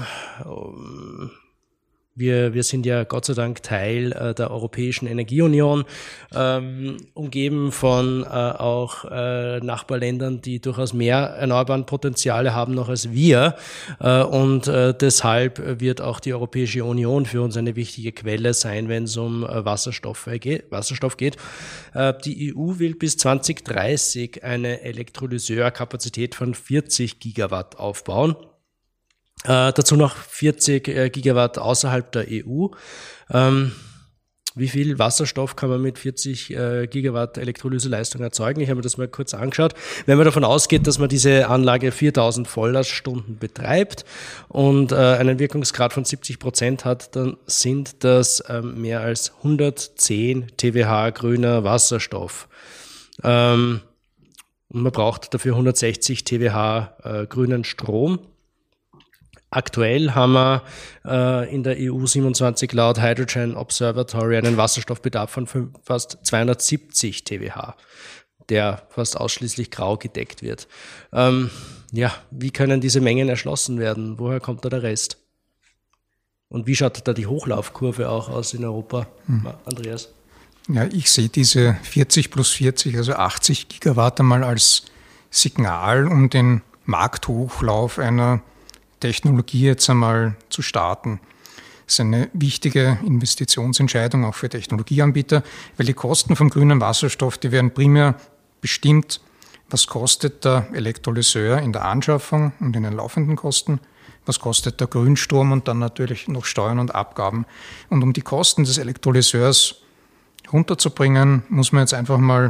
wir sind ja Gott sei Dank Teil der Europäischen Energieunion, umgeben von auch Nachbarländern, die durchaus mehr erneuerbaren Potenziale haben noch als wir. Und deshalb wird auch die Europäische Union für uns eine wichtige Quelle sein, wenn es um Wasserstoff geht. Die EU will bis 2030 eine Elektrolyseurkapazität von 40 Gigawatt aufbauen. Dazu noch 40 Gigawatt außerhalb der EU. Wie viel Wasserstoff kann man mit 40 Gigawatt Elektrolyseleistung erzeugen? Ich habe mir das mal kurz angeschaut. Wenn man davon ausgeht, dass man diese Anlage 4000 Volllaststunden betreibt und einen Wirkungsgrad von 70% hat, dann sind das mehr als 110 TWh grüner Wasserstoff. Und man braucht dafür 160 TWh grünen Strom. Aktuell haben wir in der EU 27 laut Hydrogen Observatory einen Wasserstoffbedarf von fast 270 TWh. der fast ausschließlich grau gedeckt wird. Wie können diese Mengen erschlossen werden? Woher kommt da der Rest? Und wie schaut da die Hochlaufkurve auch aus in Europa, Andreas?
Ja, ich sehe diese 40 plus 40, also 80 Gigawatt einmal als Signal, um den Markthochlauf einer Technologie jetzt einmal zu starten. Das ist eine wichtige Investitionsentscheidung auch für Technologieanbieter, weil die Kosten vom grünen Wasserstoff, die werden primär bestimmt, was kostet der Elektrolyseur in der Anschaffung und in den laufenden Kosten, was kostet der Grünstrom und dann natürlich noch Steuern und Abgaben. Und um die Kosten des Elektrolyseurs runterzubringen, muss man jetzt einfach mal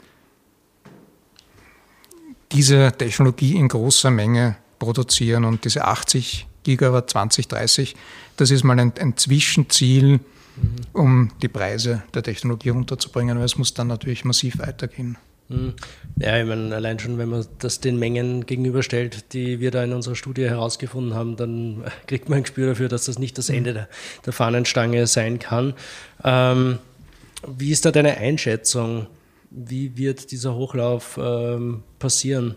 diese Technologie in großer Menge produzieren. Und diese 80 Gigawatt 2030, das ist mal ein Zwischenziel, um die Preise der Technologie runterzubringen, weil es muss dann natürlich massiv weitergehen.
Ja, ich meine, allein schon, wenn man das den Mengen gegenüberstellt, die wir da in unserer Studie herausgefunden haben, dann kriegt man ein Gespür dafür, dass das nicht das Ende der Fahnenstange sein kann. Wie ist da deine Einschätzung? Wie wird dieser Hochlauf passieren?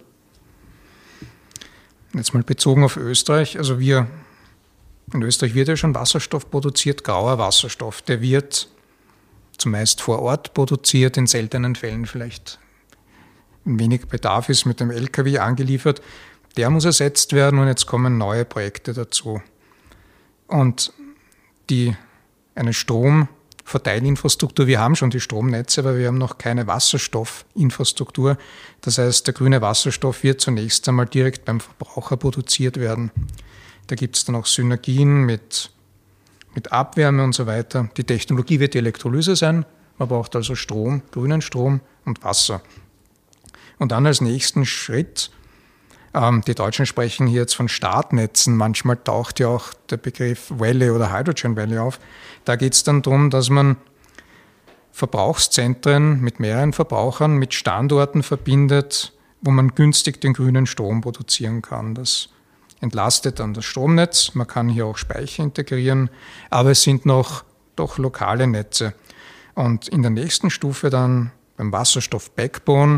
Jetzt mal bezogen auf Österreich. Also in Österreich wird ja schon Wasserstoff produziert, grauer Wasserstoff. Der wird zumeist vor Ort produziert, in seltenen Fällen vielleicht ein wenig Bedarf ist, mit dem LKW angeliefert. Der muss ersetzt werden und jetzt kommen neue Projekte dazu. Und eine Stromverteilinfrastruktur, wir haben schon die Stromnetze, aber wir haben noch keine Wasserstoffinfrastruktur. Das heißt, der grüne Wasserstoff wird zunächst einmal direkt beim Verbraucher produziert werden. Da gibt es dann auch Synergien mit Abwärme und so weiter. Die Technologie wird die Elektrolyse sein. Man braucht also Strom, grünen Strom und Wasser. Und dann als nächsten Schritt, die Deutschen sprechen hier jetzt von Startnetzen, manchmal taucht ja auch der Begriff Valley oder Hydrogen Valley auf. Da geht es dann darum, dass man Verbrauchszentren mit mehreren Verbrauchern, mit Standorten verbindet, wo man günstig den grünen Strom produzieren kann. Das entlastet dann das Stromnetz, man kann hier auch Speicher integrieren, aber es sind noch doch lokale Netze. Und in der nächsten Stufe dann beim Wasserstoff-Backbone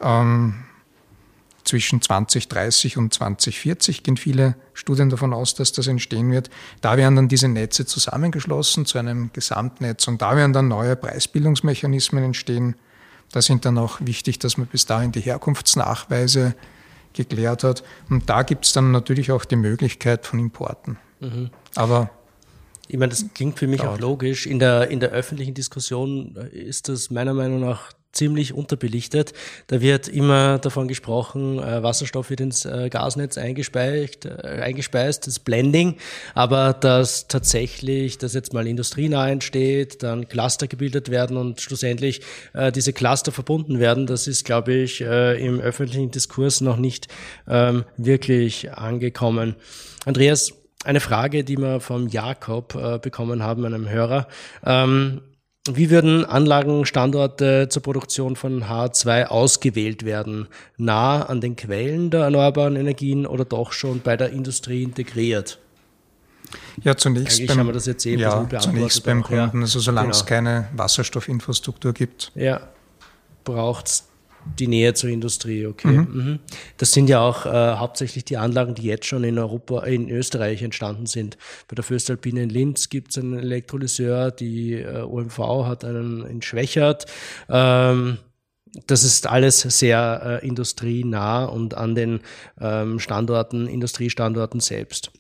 zwischen 2030 und 2040 gehen viele Studien davon aus, dass das entstehen wird. Da werden dann diese Netze zusammengeschlossen zu einem Gesamtnetz und da werden dann neue Preisbildungsmechanismen entstehen. Da sind dann auch wichtig, dass man bis dahin die Herkunftsnachweise geklärt hat. Und da gibt es dann natürlich auch die Möglichkeit von Importen. Aber
ich meine, das klingt für mich auch logisch. In der öffentlichen Diskussion ist das meiner Meinung nach ziemlich unterbelichtet. Da wird immer davon gesprochen, Wasserstoff wird ins Gasnetz eingespeist, das Blending, aber dass tatsächlich das jetzt mal industrienah entsteht, dann Cluster gebildet werden und schlussendlich diese Cluster verbunden werden, das ist, glaube ich, im öffentlichen Diskurs noch nicht wirklich angekommen. Andreas, eine Frage, die wir vom Jakob bekommen haben, einem Hörer. Wie würden Anlagenstandorte zur Produktion von H2 ausgewählt werden? Nah an den Quellen der erneuerbaren Energien oder doch schon bei der Industrie integriert?
Ja, zunächst
haben wir das jetzt
zunächst beim Kunden, also solange es keine Wasserstoffinfrastruktur gibt.
Ja, braucht es die Nähe zur Industrie, okay. Das sind ja auch hauptsächlich die Anlagen, die jetzt schon in Österreich entstanden sind. Bei der Voestalpine in Linz gibt es einen Elektrolyseur, die OMV hat einen in Schwechat. Das ist alles sehr industrienah und an den Industriestandorten selbst.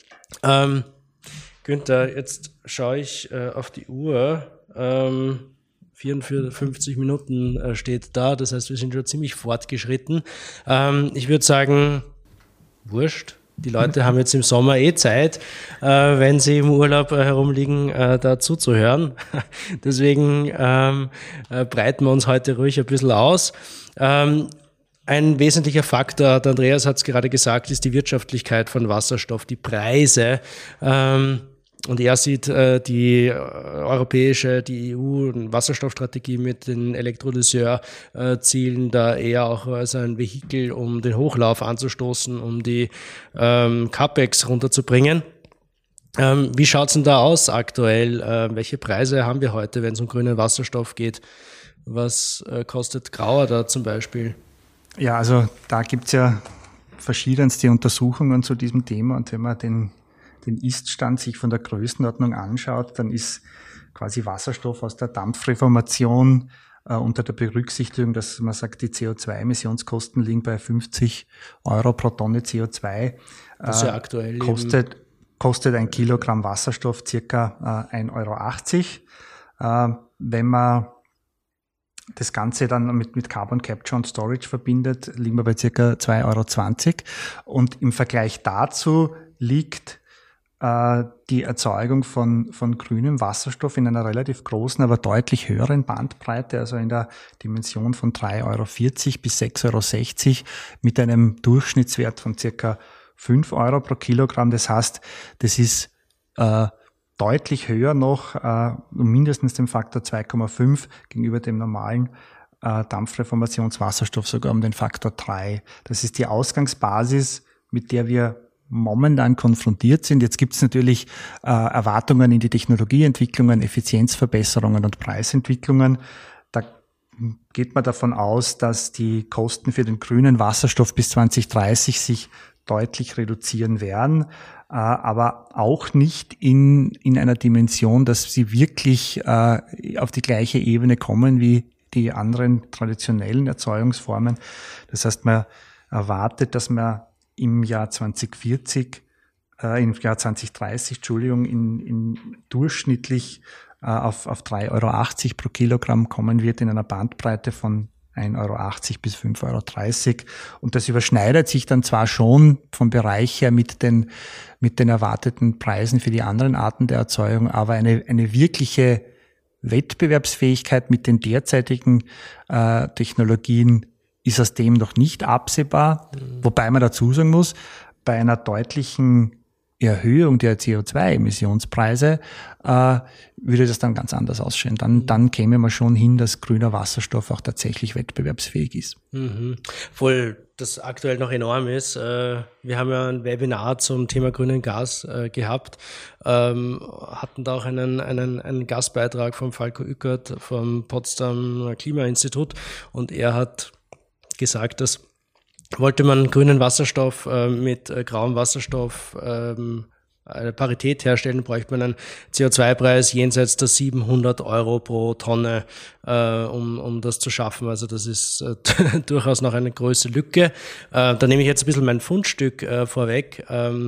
Günther, jetzt schaue ich auf die Uhr. 54 Minuten steht da, das heißt, wir sind schon ziemlich fortgeschritten. Ich würde sagen, wurscht. Die Leute haben jetzt im Sommer Zeit, wenn sie im Urlaub herumliegen, da zuzuhören. Deswegen breiten wir uns heute ruhig ein bisschen aus. Ein wesentlicher Faktor, der Andreas hat es gerade gesagt, ist die Wirtschaftlichkeit von Wasserstoff, die Preise. Und er sieht die EU-Wasserstoffstrategie mit den Elektrolyseur-Zielen da eher auch als ein Vehikel, um den Hochlauf anzustoßen, um die CapEx runterzubringen. Wie schaut's denn da aus aktuell? Welche Preise haben wir heute, wenn es um grünen Wasserstoff geht? Was kostet grauer da zum Beispiel?
Ja, also da gibt's ja verschiedenste Untersuchungen zu diesem Thema, und wenn man den Ist-Stand sich von der Größenordnung anschaut, dann ist quasi Wasserstoff aus der Dampfreformation unter der Berücksichtigung, dass man sagt, die CO2-Emissionskosten liegen bei 50 Euro pro Tonne CO2.
Das ist ja aktuell
kostet ein Kilogramm Wasserstoff circa 1,80 Euro. Wenn man das Ganze dann mit Carbon Capture und Storage verbindet, liegen wir bei circa 2,20 Euro. Und im Vergleich dazu liegt die Erzeugung von grünem Wasserstoff in einer relativ großen, aber deutlich höheren Bandbreite, also in der Dimension von 3,40 Euro bis 6,60 Euro mit einem Durchschnittswert von circa 5 Euro pro Kilogramm. Das heißt, das ist deutlich höher noch, mindestens dem Faktor 2,5 gegenüber dem normalen Dampfreformationswasserstoff, sogar um den Faktor 3. Das ist die Ausgangsbasis, mit der wir momentan konfrontiert sind. Jetzt gibt es natürlich Erwartungen in die Technologieentwicklungen, Effizienzverbesserungen und Preisentwicklungen. Da geht man davon aus, dass die Kosten für den grünen Wasserstoff bis 2030 sich deutlich reduzieren werden, aber auch nicht in einer Dimension, dass sie wirklich auf die gleiche Ebene kommen wie die anderen traditionellen Erzeugungsformen. Das heißt, man erwartet, dass man im Jahr 2030, in durchschnittlich auf 3,80 Euro pro Kilogramm kommen wird in einer Bandbreite von 1,80 Euro bis 5,30 Euro. Und das überschneidet sich dann zwar schon vom Bereich her mit den erwarteten Preisen für die anderen Arten der Erzeugung, aber eine wirkliche Wettbewerbsfähigkeit mit den derzeitigen Technologien ist aus dem noch nicht absehbar, wobei man dazu sagen muss, bei einer deutlichen Erhöhung der CO2-Emissionspreise würde das dann ganz anders ausschauen. Dann käme man schon hin, dass grüner Wasserstoff auch tatsächlich wettbewerbsfähig ist.
Voll, das aktuell noch enorm ist. Wir haben ja ein Webinar zum Thema grünen Gas gehabt, hatten da auch einen Gastbeitrag vom Falko Ückert vom Potsdam Klimainstitut, und er hat gesagt, dass wollte man grünen Wasserstoff mit grauem Wasserstoff eine Parität herstellen, bräuchte man einen CO2-Preis jenseits der 700 Euro pro Tonne, um das zu schaffen. Also das ist durchaus noch eine große Lücke. Da nehme ich jetzt ein bisschen mein Fundstück vorweg,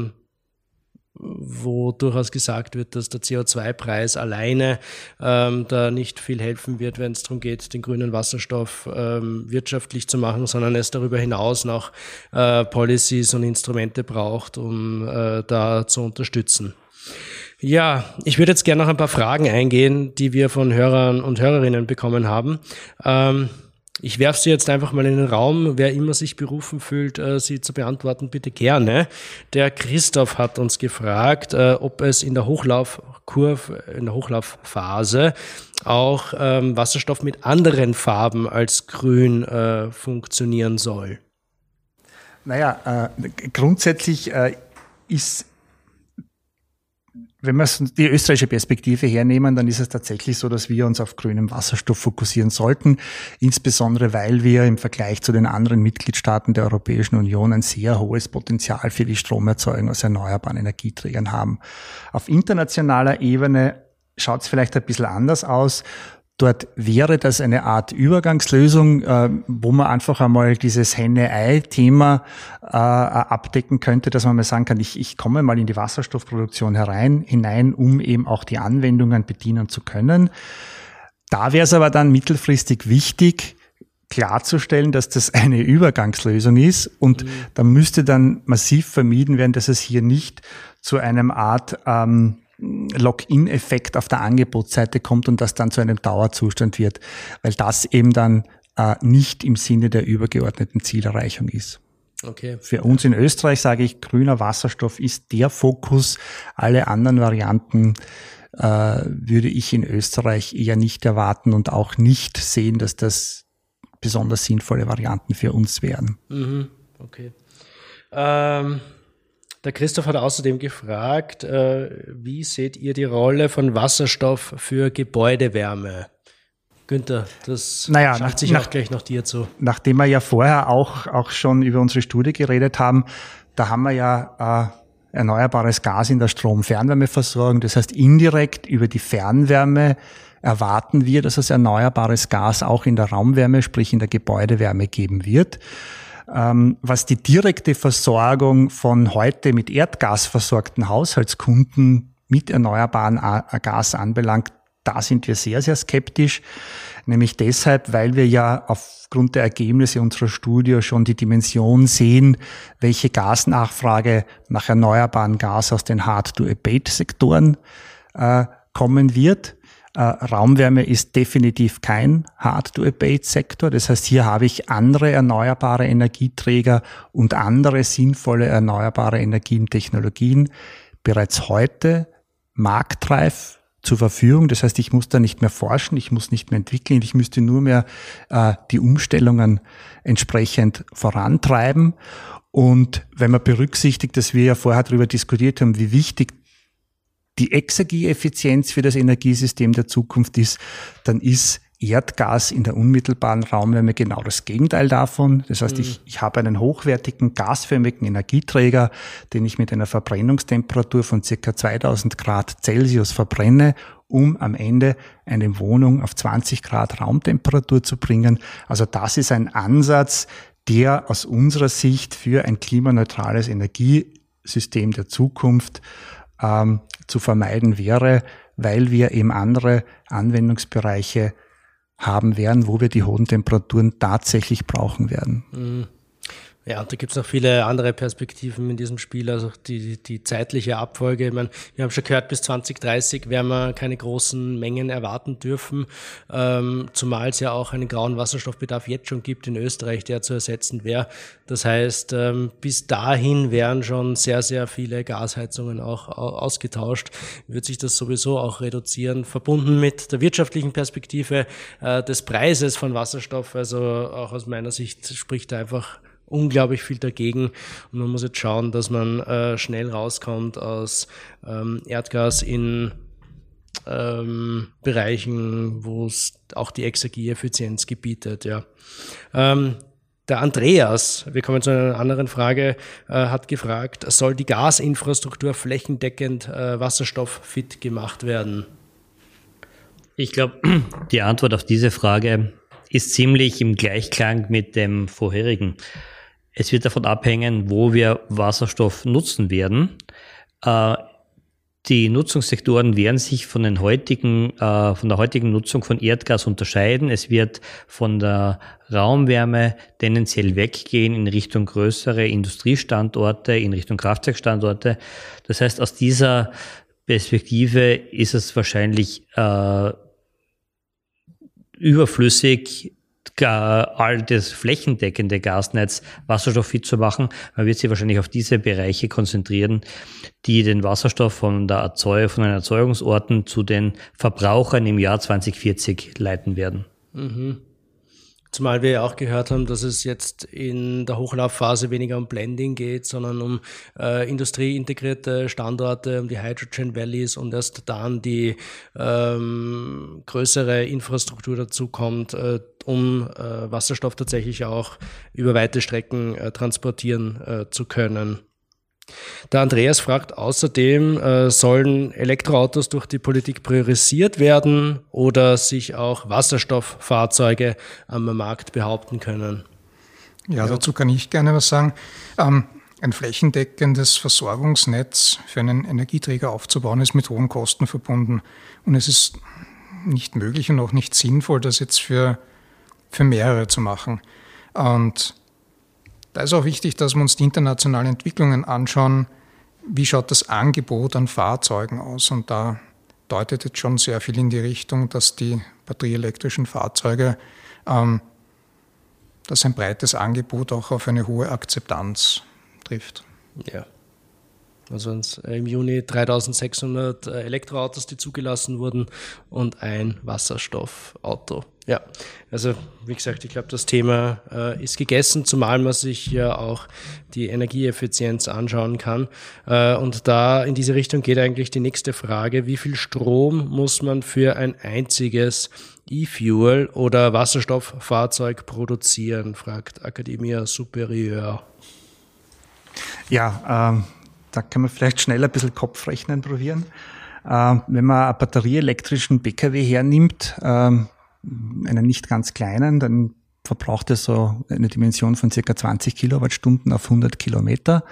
wo durchaus gesagt wird, dass der CO2-Preis alleine da nicht viel helfen wird, wenn es darum geht, den grünen Wasserstoff wirtschaftlich zu machen, sondern es darüber hinaus noch Policies und Instrumente braucht, um da zu unterstützen. Ja, ich würde jetzt gerne noch ein paar Fragen eingehen, die wir von Hörern und Hörerinnen bekommen haben. Ich werfe sie jetzt einfach mal in den Raum. Wer immer sich berufen fühlt, sie zu beantworten, bitte gerne. Der Christoph hat uns gefragt, ob es in der Hochlaufphase auch Wasserstoff mit anderen Farben als grün funktionieren soll.
Naja, grundsätzlich ist, wenn wir die österreichische Perspektive hernehmen, dann ist es tatsächlich so, dass wir uns auf grünem Wasserstoff fokussieren sollten, insbesondere weil wir im Vergleich zu den anderen Mitgliedstaaten der Europäischen Union ein sehr hohes Potenzial für die Stromerzeugung aus erneuerbaren Energieträgern haben. Auf internationaler Ebene schaut es vielleicht ein bisschen anders aus. Dort wäre das eine Art Übergangslösung, wo man einfach einmal dieses Henne-Ei-Thema abdecken könnte, dass man mal sagen kann, ich komme mal in die Wasserstoffproduktion hinein, um eben auch die Anwendungen bedienen zu können. Da wäre es aber dann mittelfristig wichtig, klarzustellen, dass das eine Übergangslösung ist, und da müsste dann massiv vermieden werden, dass es hier nicht zu einem Art Lock-in-Effekt auf der Angebotsseite kommt und das dann zu einem Dauerzustand wird, weil das eben dann nicht im Sinne der übergeordneten Zielerreichung ist.
Okay.
Für uns in Österreich sage ich, grüner Wasserstoff ist der Fokus. Alle anderen Varianten würde ich in Österreich eher nicht erwarten und auch nicht sehen, dass das besonders sinnvolle Varianten für uns wären.
Okay. Der Christoph hat außerdem gefragt, wie seht ihr die Rolle von Wasserstoff für Gebäudewärme? Günther, das
Naja,
schafft sich auch gleich noch dir zu.
Nachdem wir ja vorher auch schon über unsere Studie geredet haben, da haben wir ja erneuerbares Gas in der Strom-Fernwärmeversorgung. Das heißt, indirekt über die Fernwärme erwarten wir, dass es erneuerbares Gas auch in der Raumwärme, sprich in der Gebäudewärme geben wird. Was die direkte Versorgung von heute mit Erdgas versorgten Haushaltskunden mit erneuerbarem Gas anbelangt, da sind wir sehr, sehr skeptisch. Nämlich deshalb, weil wir ja aufgrund der Ergebnisse unserer Studie schon die Dimension sehen, welche Gasnachfrage nach erneuerbarem Gas aus den Hard-to-Abate-Sektoren kommen wird. Raumwärme ist definitiv kein Hard-to-Abate-Sektor. Das heißt, hier habe ich andere erneuerbare Energieträger und andere sinnvolle erneuerbare Energientechnologien bereits heute marktreif zur Verfügung. Das heißt, ich muss da nicht mehr forschen, ich muss nicht mehr entwickeln, ich müsste nur mehr die Umstellungen entsprechend vorantreiben. Und wenn man berücksichtigt, dass wir ja vorher darüber diskutiert haben, wie wichtig die Exergieeffizienz für das Energiesystem der Zukunft ist, dann ist Erdgas in der unmittelbaren Raumwärme genau das Gegenteil davon. Das heißt, ich habe einen hochwertigen, gasförmigen Energieträger, den ich mit einer Verbrennungstemperatur von ca. 2000 Grad Celsius verbrenne, um am Ende eine Wohnung auf 20 Grad Raumtemperatur zu bringen. Also das ist ein Ansatz, der aus unserer Sicht für ein klimaneutrales Energiesystem der Zukunft zu vermeiden wäre, weil wir eben andere Anwendungsbereiche haben werden, wo wir die hohen Temperaturen tatsächlich brauchen werden.
Ja, und da gibt es noch viele andere Perspektiven in diesem Spiel, also die zeitliche Abfolge. Ich meine, wir haben schon gehört, bis 2030 werden wir keine großen Mengen erwarten dürfen, zumal es ja auch einen grauen Wasserstoffbedarf jetzt schon gibt in Österreich, der zu ersetzen wäre. Das heißt, bis dahin wären schon sehr, sehr viele Gasheizungen auch ausgetauscht. Wird sich das sowieso auch reduzieren, verbunden mit der wirtschaftlichen Perspektive des Preises von Wasserstoff. Also auch aus meiner Sicht spricht da einfach unglaublich viel dagegen und man muss jetzt schauen, dass man schnell rauskommt aus Erdgas in Bereichen, wo es auch die Exergieeffizienz gebietet. Ja. Der Andreas, wir kommen zu einer anderen Frage, hat gefragt, soll die Gasinfrastruktur flächendeckend wasserstofffit gemacht werden?
Ich glaube, die Antwort auf diese Frage ist ziemlich im Gleichklang mit dem vorherigen. Es wird davon abhängen, wo wir Wasserstoff nutzen werden. Die Nutzungssektoren werden sich von der heutigen Nutzung von Erdgas unterscheiden. Es wird von der Raumwärme tendenziell weggehen in Richtung größere Industriestandorte, in Richtung Kraftwerkstandorte. Das heißt, aus dieser Perspektive ist es wahrscheinlich überflüssig, all das flächendeckende Gasnetz wasserstofffit zu machen. Man wird sich wahrscheinlich auf diese Bereiche konzentrieren, die den Wasserstoff von den Erzeugungsorten zu den Verbrauchern im Jahr 2040 leiten werden.
Zumal wir ja auch gehört haben, dass es jetzt in der Hochlaufphase weniger um Blending geht, sondern um industrieintegrierte Standorte, um die Hydrogen Valleys und erst dann die größere Infrastruktur dazu kommt, um Wasserstoff tatsächlich auch über weite Strecken transportieren zu können. Der Andreas fragt außerdem, sollen Elektroautos durch die Politik priorisiert werden oder sich auch Wasserstofffahrzeuge am Markt behaupten können?
Ja, dazu kann ich gerne was sagen. Ein flächendeckendes Versorgungsnetz für einen Energieträger aufzubauen, ist mit hohen Kosten verbunden. Und es ist nicht möglich und auch nicht sinnvoll, das jetzt für mehrere zu machen. Und da ist auch wichtig, dass wir uns die internationalen Entwicklungen anschauen. Wie schaut das Angebot an Fahrzeugen aus? Und da deutet jetzt schon sehr viel in die Richtung, dass die batterieelektrischen Fahrzeuge, dass ein breites Angebot auch auf eine hohe Akzeptanz trifft.
Ja. Also im Juni 3600 Elektroautos, die zugelassen wurden und ein Wasserstoffauto. Ja, also wie gesagt, ich glaube, das Thema ist gegessen, zumal man sich ja auch die Energieeffizienz anschauen kann. Und da in diese Richtung geht eigentlich die nächste Frage: Wie viel Strom muss man für ein einziges E-Fuel oder Wasserstofffahrzeug produzieren, fragt Academia Superior.
Ja, da kann man vielleicht schnell ein bisschen Kopfrechnen probieren. Wenn man einen batterieelektrischen PKW hernimmt, einen nicht ganz kleinen, dann verbraucht er so eine Dimension von circa 20 Kilowattstunden auf 100 Kilometer.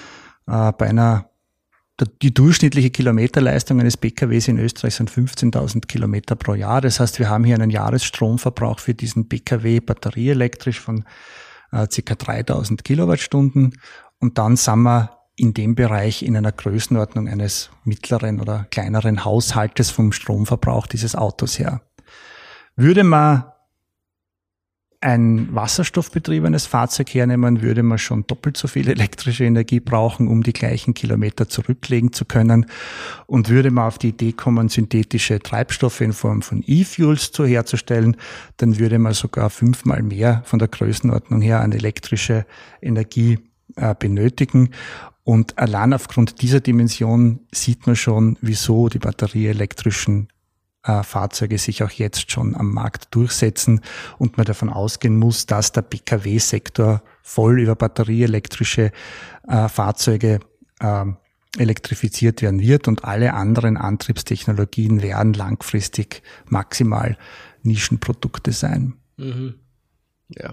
Die durchschnittliche Kilometerleistung eines PKWs in Österreich sind 15.000 Kilometer pro Jahr. Das heißt, wir haben hier einen Jahresstromverbrauch für diesen PKW batterieelektrisch von circa 3.000 Kilowattstunden. Und dann sind wir in dem Bereich in einer Größenordnung eines mittleren oder kleineren Haushaltes vom Stromverbrauch dieses Autos her. Würde man ein wasserstoffbetriebenes Fahrzeug hernehmen, würde man schon doppelt so viel elektrische Energie brauchen, um die gleichen Kilometer zurücklegen zu können. Und würde man auf die Idee kommen, synthetische Treibstoffe in Form von E-Fuels herzustellen, dann würde man sogar 5-mal mehr von der Größenordnung her an elektrische Energie benötigen. Und allein aufgrund dieser Dimension sieht man schon, wieso die batterieelektrischen Fahrzeuge sich auch jetzt schon am Markt durchsetzen und man davon ausgehen muss, dass der PKW-Sektor voll über batterieelektrische Fahrzeuge elektrifiziert werden wird und alle anderen Antriebstechnologien werden langfristig maximal Nischenprodukte sein.
Mhm. Ja.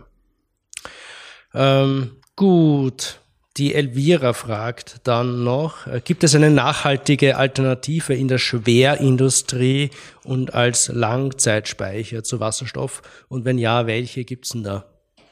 Gut. Die Elvira fragt dann noch, gibt es eine nachhaltige Alternative in der Schwerindustrie und als Langzeitspeicher zu Wasserstoff? Und wenn ja, welche gibt es denn da?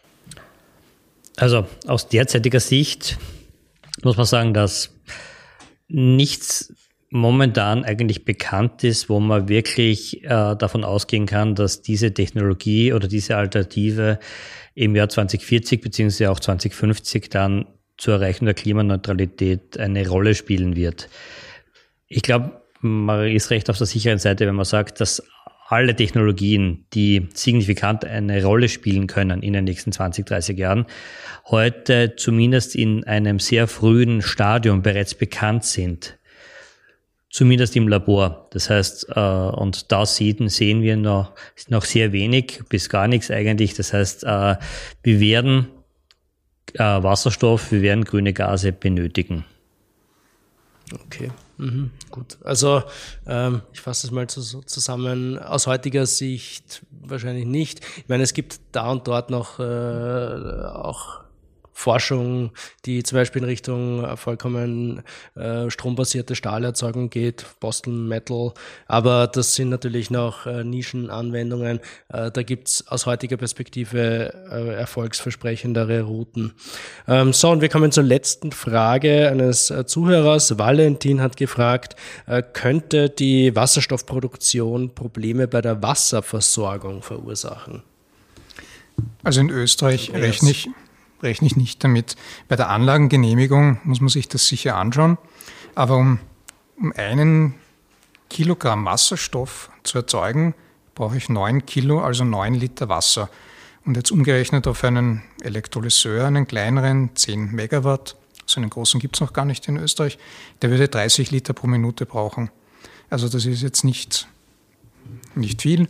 Also aus derzeitiger Sicht muss man sagen, dass nichts momentan eigentlich bekannt ist, wo man wirklich davon ausgehen kann, dass diese Technologie oder diese Alternative im Jahr 2040 bzw. auch 2050 dann zur Erreichung der Klimaneutralität eine Rolle spielen wird. Ich glaube, man ist recht auf der sicheren Seite, wenn man sagt, dass alle Technologien, die signifikant eine Rolle spielen können in den nächsten 20, 30 Jahren, heute zumindest in einem sehr frühen Stadium bereits bekannt sind. Zumindest im Labor. Das heißt, und da sehen wir noch sehr wenig bis gar nichts eigentlich. Das heißt, wir werden Wasserstoff, wir werden grüne Gase benötigen.
Okay, gut. Also ich fasse es mal zusammen. Aus heutiger Sicht wahrscheinlich nicht. Ich meine, es gibt da und dort noch auch Forschung, die zum Beispiel in Richtung vollkommen strombasierte Stahlerzeugung geht, Boston Metal, aber das sind natürlich noch Nischenanwendungen. Da gibt's aus heutiger Perspektive erfolgsversprechendere Routen. So, und wir kommen zur letzten Frage eines Zuhörers. Valentin hat gefragt, könnte die Wasserstoffproduktion Probleme bei der Wasserversorgung verursachen?
Also in Österreich rechne ich nicht damit. Bei der Anlagengenehmigung muss man sich das sicher anschauen. Aber um 1 Kilogramm Wasserstoff zu erzeugen, brauche ich 9 Kilo, also 9 Liter Wasser. Und jetzt umgerechnet auf einen Elektrolyseur, einen kleineren, 10 Megawatt, so einen großen gibt es noch gar nicht in Österreich, der würde 30 Liter pro Minute brauchen. Also das ist jetzt nicht viel.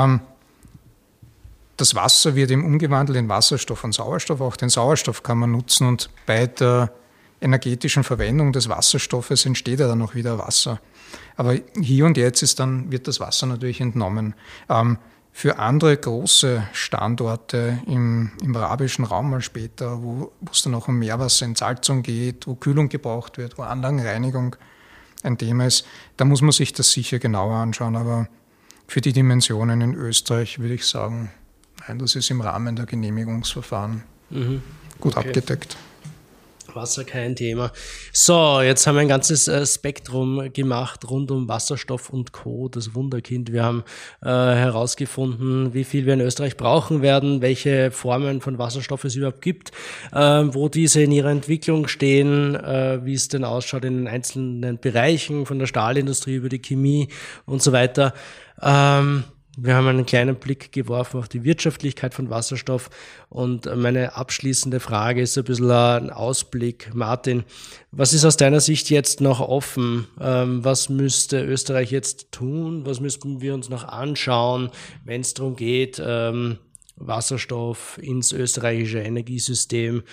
Das Wasser wird eben umgewandelt in Wasserstoff und Sauerstoff. Auch den Sauerstoff kann man nutzen und bei der energetischen Verwendung des Wasserstoffes entsteht ja dann auch wieder Wasser. Aber hier und jetzt wird das Wasser natürlich entnommen. Für andere große Standorte im arabischen Raum mal später, wo es dann auch um Meerwasserentsalzung geht, wo Kühlung gebraucht wird, wo Anlagenreinigung ein Thema ist, da muss man sich das sicher genauer anschauen. Aber für die Dimensionen in Österreich würde ich sagen, nein, das ist im Rahmen der Genehmigungsverfahren gut abgedeckt.
Wasser kein Thema. So, jetzt haben wir ein ganzes Spektrum gemacht rund um Wasserstoff und Co., das Wunderkind. Wir haben herausgefunden, wie viel wir in Österreich brauchen werden, welche Formen von Wasserstoff es überhaupt gibt, wo diese in ihrer Entwicklung stehen, wie es denn ausschaut in den einzelnen Bereichen, von der Stahlindustrie über die Chemie und so weiter. Wir haben einen kleinen Blick geworfen auf die Wirtschaftlichkeit von Wasserstoff und meine abschließende Frage ist ein bisschen ein Ausblick. Martin, was ist aus deiner Sicht jetzt noch offen? Was müsste Österreich jetzt tun? Was müssten wir uns noch anschauen, wenn es darum geht, Wasserstoff ins österreichische Energiesystem,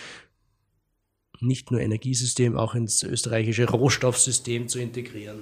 nicht nur Energiesystem, auch ins österreichische Rohstoffsystem zu integrieren?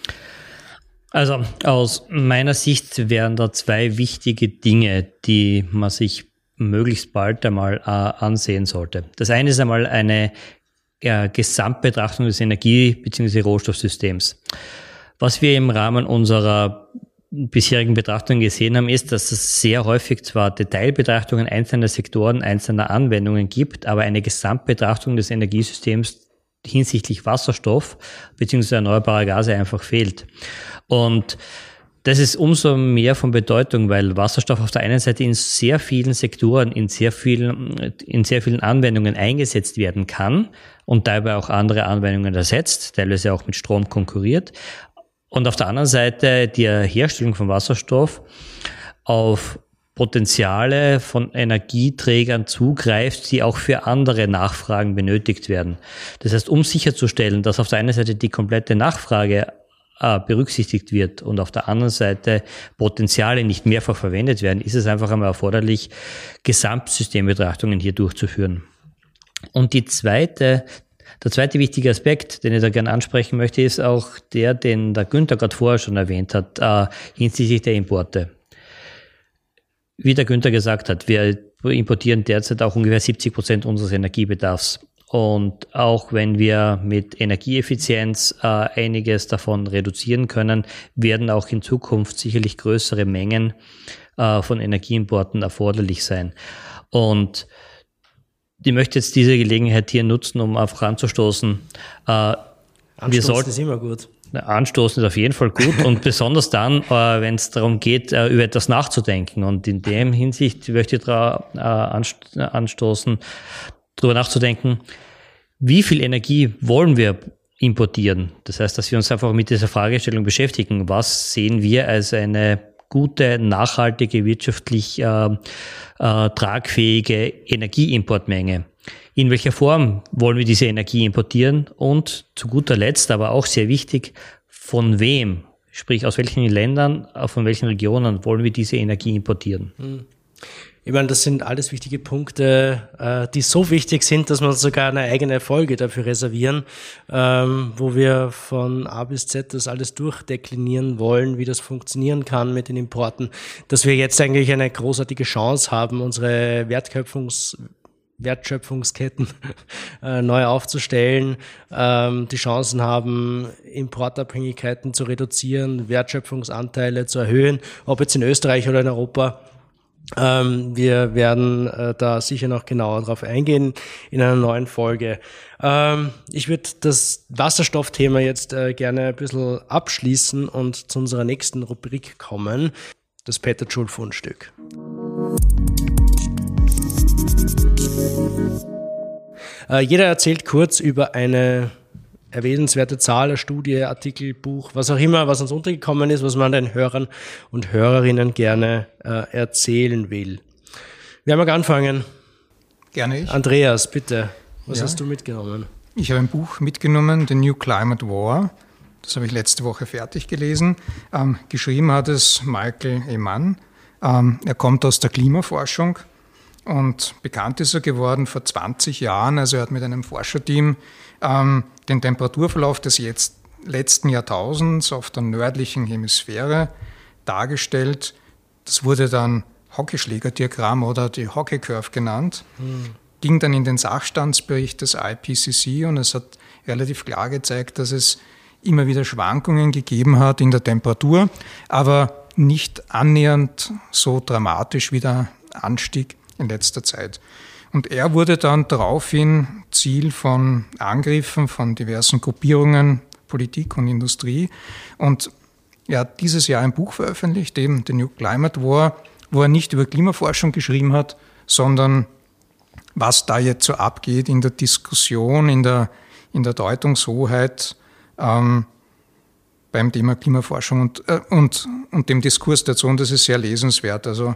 Also aus meiner Sicht wären da zwei wichtige Dinge, die man sich möglichst bald einmal ansehen sollte. Das eine ist einmal eine Gesamtbetrachtung des Energie- bzw. Rohstoffsystems. Was wir im Rahmen unserer bisherigen Betrachtungen gesehen haben, ist, dass es sehr häufig zwar Detailbetrachtungen einzelner Sektoren, einzelner Anwendungen gibt, aber eine Gesamtbetrachtung des Energiesystems hinsichtlich Wasserstoff bzw. erneuerbarer Gase einfach fehlt. Und das ist umso mehr von Bedeutung, weil Wasserstoff auf der einen Seite in sehr vielen Sektoren, in sehr vielen Anwendungen eingesetzt werden kann und dabei auch andere Anwendungen ersetzt, teilweise auch mit Strom konkurriert. Und auf der anderen Seite die Herstellung von Wasserstoff auf Potenziale von Energieträgern zugreift, die auch für andere Nachfragen benötigt werden. Das heißt, um sicherzustellen, dass auf der einen Seite die komplette Nachfrage berücksichtigt wird und auf der anderen Seite Potenziale nicht mehrfach verwendet werden, ist es einfach einmal erforderlich, Gesamtsystembetrachtungen hier durchzuführen. Und der zweite wichtige Aspekt, den ich da gerne ansprechen möchte, ist auch der, den der Günther gerade vorher schon erwähnt hat, hinsichtlich der Importe. Wie der Günther gesagt hat, wir importieren derzeit auch ungefähr 70% unseres Energiebedarfs. Und auch wenn wir mit Energieeffizienz einiges davon reduzieren können, werden auch in Zukunft sicherlich größere Mengen von Energieimporten erforderlich sein. Und ich möchte jetzt diese Gelegenheit hier nutzen, um einfach anzustoßen.
Anstoßen ist immer gut.
Anstoßen ist auf jeden Fall gut und besonders dann, wenn es darum geht, über etwas nachzudenken. Und in dem Hinsicht möchte ich anstoßen, darüber nachzudenken, wie viel Energie wollen wir importieren? Das heißt, dass wir uns einfach mit dieser Fragestellung beschäftigen. Was sehen wir als eine gute, nachhaltige, wirtschaftlich tragfähige Energieimportmenge? In welcher Form wollen wir diese Energie importieren? Und zu guter Letzt, aber auch sehr wichtig, von wem? Sprich, aus welchen Ländern, von welchen Regionen wollen wir diese Energie importieren?
Ich meine, das sind alles wichtige Punkte, die so wichtig sind, dass wir uns sogar eine eigene Folge dafür reservieren, wo wir von A bis Z das alles durchdeklinieren wollen, wie das funktionieren kann mit den Importen, dass wir jetzt eigentlich eine großartige Chance haben, unsere Wertschöpfungsketten neu aufzustellen, die Chancen haben, Importabhängigkeiten zu reduzieren, Wertschöpfungsanteile zu erhöhen, ob jetzt in Österreich oder in Europa. Wir werden da sicher noch genauer drauf eingehen in einer neuen Folge. Ich würde das Wasserstoffthema jetzt gerne ein bisschen abschließen und zu unserer nächsten Rubrik kommen, das Peter Joule Fundstück. Jeder erzählt kurz über eine erwähnenswerte Zahl, eine Studie, Artikel, Buch, was auch immer, was uns untergekommen ist, was man den Hörern und Hörerinnen gerne erzählen will. Wer mag anfangen?
Gerne ich.
Andreas, bitte. Was hast du mitgenommen?
Ich habe ein Buch mitgenommen, The New Climate War. Das habe ich letzte Woche fertig gelesen. Geschrieben hat es Michael E. Mann. Er kommt aus der Klimaforschung und bekannt ist er geworden vor 20 Jahren. Also er hat mit einem Forscherteam den Temperaturverlauf des letzten Jahrtausends auf der nördlichen Hemisphäre dargestellt. Das wurde dann Hockeyschlägerdiagramm oder die Hockey Curve genannt. Ging dann in den Sachstandsbericht des IPCC und es hat relativ klar gezeigt, dass es immer wieder Schwankungen gegeben hat in der Temperatur, aber nicht annähernd so dramatisch wie der Anstieg in letzter Zeit. Und er wurde dann daraufhin Ziel von Angriffen von diversen Gruppierungen, Politik und Industrie. Und er hat dieses Jahr ein Buch veröffentlicht, eben The New Climate War, wo er nicht über Klimaforschung geschrieben hat, sondern was da jetzt so abgeht in der Diskussion, in der Deutungshoheit, beim Thema Klimaforschung und dem Diskurs dazu, und das ist sehr lesenswert. Also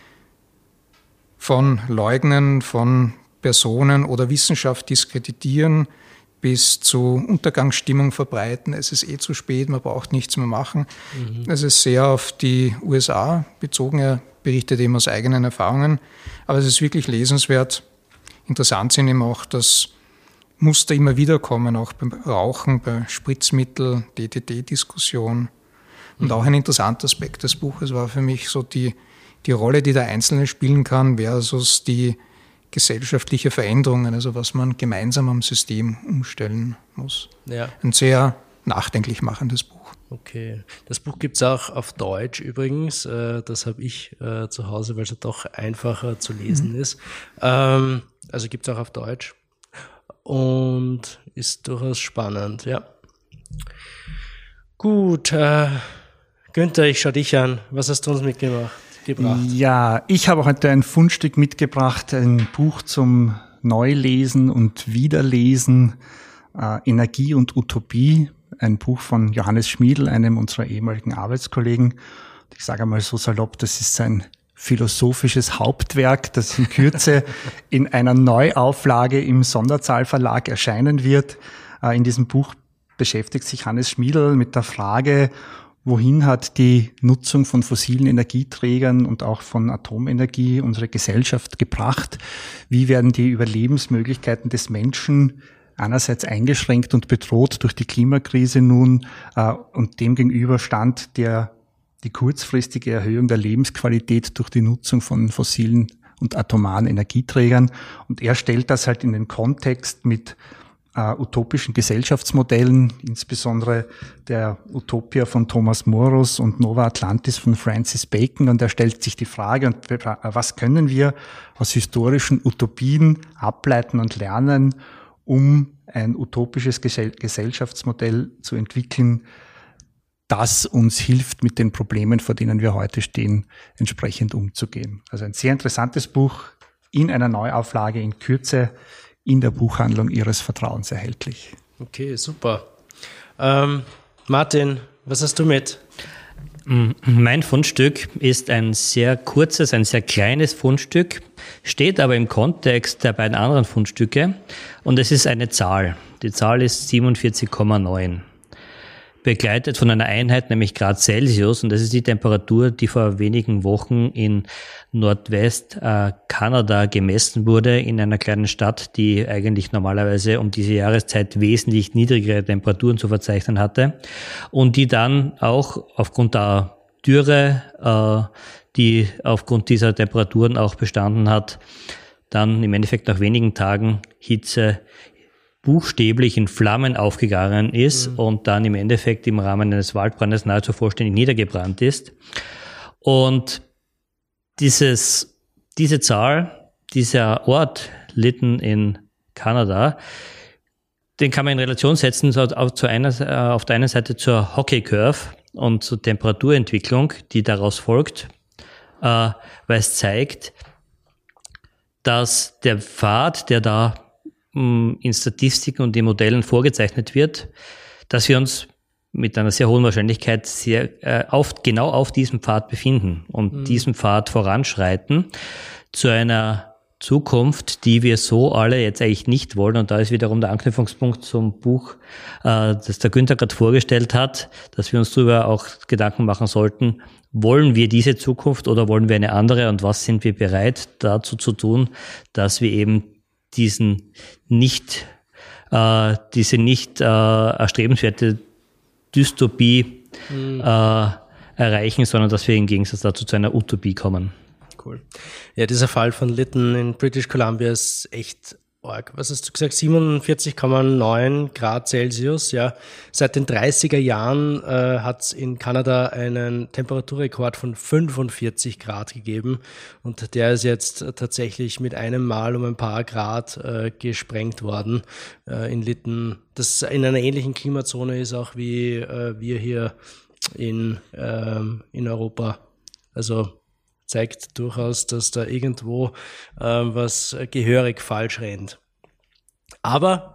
von Leugnen von Personen oder Wissenschaft diskreditieren bis zu Untergangsstimmung verbreiten. Es ist zu spät, man braucht nichts mehr machen. Es ist sehr auf die USA bezogen. Er berichtet eben aus eigenen Erfahrungen. Aber es ist wirklich lesenswert. Interessant sind eben auch, dass Muster immer wieder kommen, auch beim Rauchen, bei Spritzmittel, DDT-Diskussion. Und auch ein interessanter Aspekt des Buches war für mich so die Rolle, die der Einzelne spielen kann, versus die gesellschaftliche Veränderungen, also was man gemeinsam am System umstellen muss.
Ja.
Ein sehr nachdenklich machendes Buch.
Okay. Das Buch gibt es auch auf Deutsch übrigens. Das habe ich zu Hause, weil es ja doch einfacher zu lesen ist. Also gibt es auch auf Deutsch. Und ist durchaus spannend, ja. Gut, Günther, ich schaue dich an. Was hast du uns mitgebracht?
Ja, ich habe heute ein Fundstück mitgebracht, ein Buch zum Neulesen und Wiederlesen, Energie und Utopie, ein Buch von Johannes Schmiedl, einem unserer ehemaligen Arbeitskollegen. Ich sage einmal so salopp, das ist sein philosophisches Hauptwerk, das in Kürze in einer Neuauflage im Sonderzahlverlag erscheinen wird. In diesem Buch beschäftigt sich Hannes Schmiedl mit der Frage, wohin hat die Nutzung von fossilen Energieträgern und auch von Atomenergie unsere Gesellschaft gebracht? Wie werden die Überlebensmöglichkeiten des Menschen einerseits eingeschränkt und bedroht durch die Klimakrise nun und demgegenüber stand die kurzfristige Erhöhung der Lebensqualität durch die Nutzung von fossilen und atomaren Energieträgern. Und er stellt das halt in den Kontext mit utopischen Gesellschaftsmodellen, insbesondere der Utopia von Thomas Morus und Nova Atlantis von Francis Bacon. Und er stellt sich die Frage, was können wir aus historischen Utopien ableiten und lernen, um ein utopisches Gesellschaftsmodell zu entwickeln, das uns hilft, mit den Problemen, vor denen wir heute stehen, entsprechend umzugehen. Also ein sehr interessantes Buch in einer Neuauflage in Kürze in der Buchhandlung Ihres Vertrauens erhältlich.
Okay, super. Martin, was hast du mit?
Mein Fundstück ist ein sehr kurzes, ein sehr kleines Fundstück, steht aber im Kontext der beiden anderen Fundstücke und es ist eine Zahl. Die Zahl ist 47,9. Begleitet von einer Einheit, nämlich Grad Celsius, und das ist die Temperatur, die vor wenigen Wochen in Nordwest-Kanada gemessen wurde, in einer kleinen Stadt, die eigentlich normalerweise um diese Jahreszeit wesentlich niedrigere Temperaturen zu verzeichnen hatte und die dann auch aufgrund der Dürre, die aufgrund dieser Temperaturen auch bestanden hat, dann im Endeffekt nach wenigen Tagen Hitze buchstäblich in Flammen aufgegangen ist und dann im Endeffekt im Rahmen eines Waldbrandes nahezu vollständig niedergebrannt ist. Und diese Zahl, dieser Ort Lytton in Kanada, den kann man in Relation setzen auf der einen Seite zur Hockey Curve und zur Temperaturentwicklung, die daraus folgt, weil es zeigt, dass der Pfad, der da in Statistiken und in Modellen vorgezeichnet wird, dass wir uns mit einer sehr hohen Wahrscheinlichkeit genau auf diesem Pfad befinden und diesen Pfad voranschreiten zu einer Zukunft, die wir so alle jetzt eigentlich nicht wollen. Und da ist wiederum der Anknüpfungspunkt zum Buch, das der Günther gerade vorgestellt hat, dass wir uns darüber auch Gedanken machen sollten, wollen wir diese Zukunft oder wollen wir eine andere und was sind wir bereit dazu zu tun, dass wir eben diese nicht erstrebenswerte Dystopie erreichen, sondern dass wir im Gegensatz dazu zu einer Utopie kommen.
Cool. Ja, dieser Fall von Lytton in British Columbia ist echt arg. Was hast du gesagt? 47,9 Grad Celsius. Ja, seit den 30er Jahren hat es in Kanada einen Temperaturrekord von 45 Grad gegeben und der ist jetzt tatsächlich mit einem Mal um ein paar Grad gesprengt worden in Lytton. Das in einer ähnlichen Klimazone ist auch wie wir hier in Europa. Also zeigt durchaus, dass da irgendwo was gehörig falsch rennt. Aber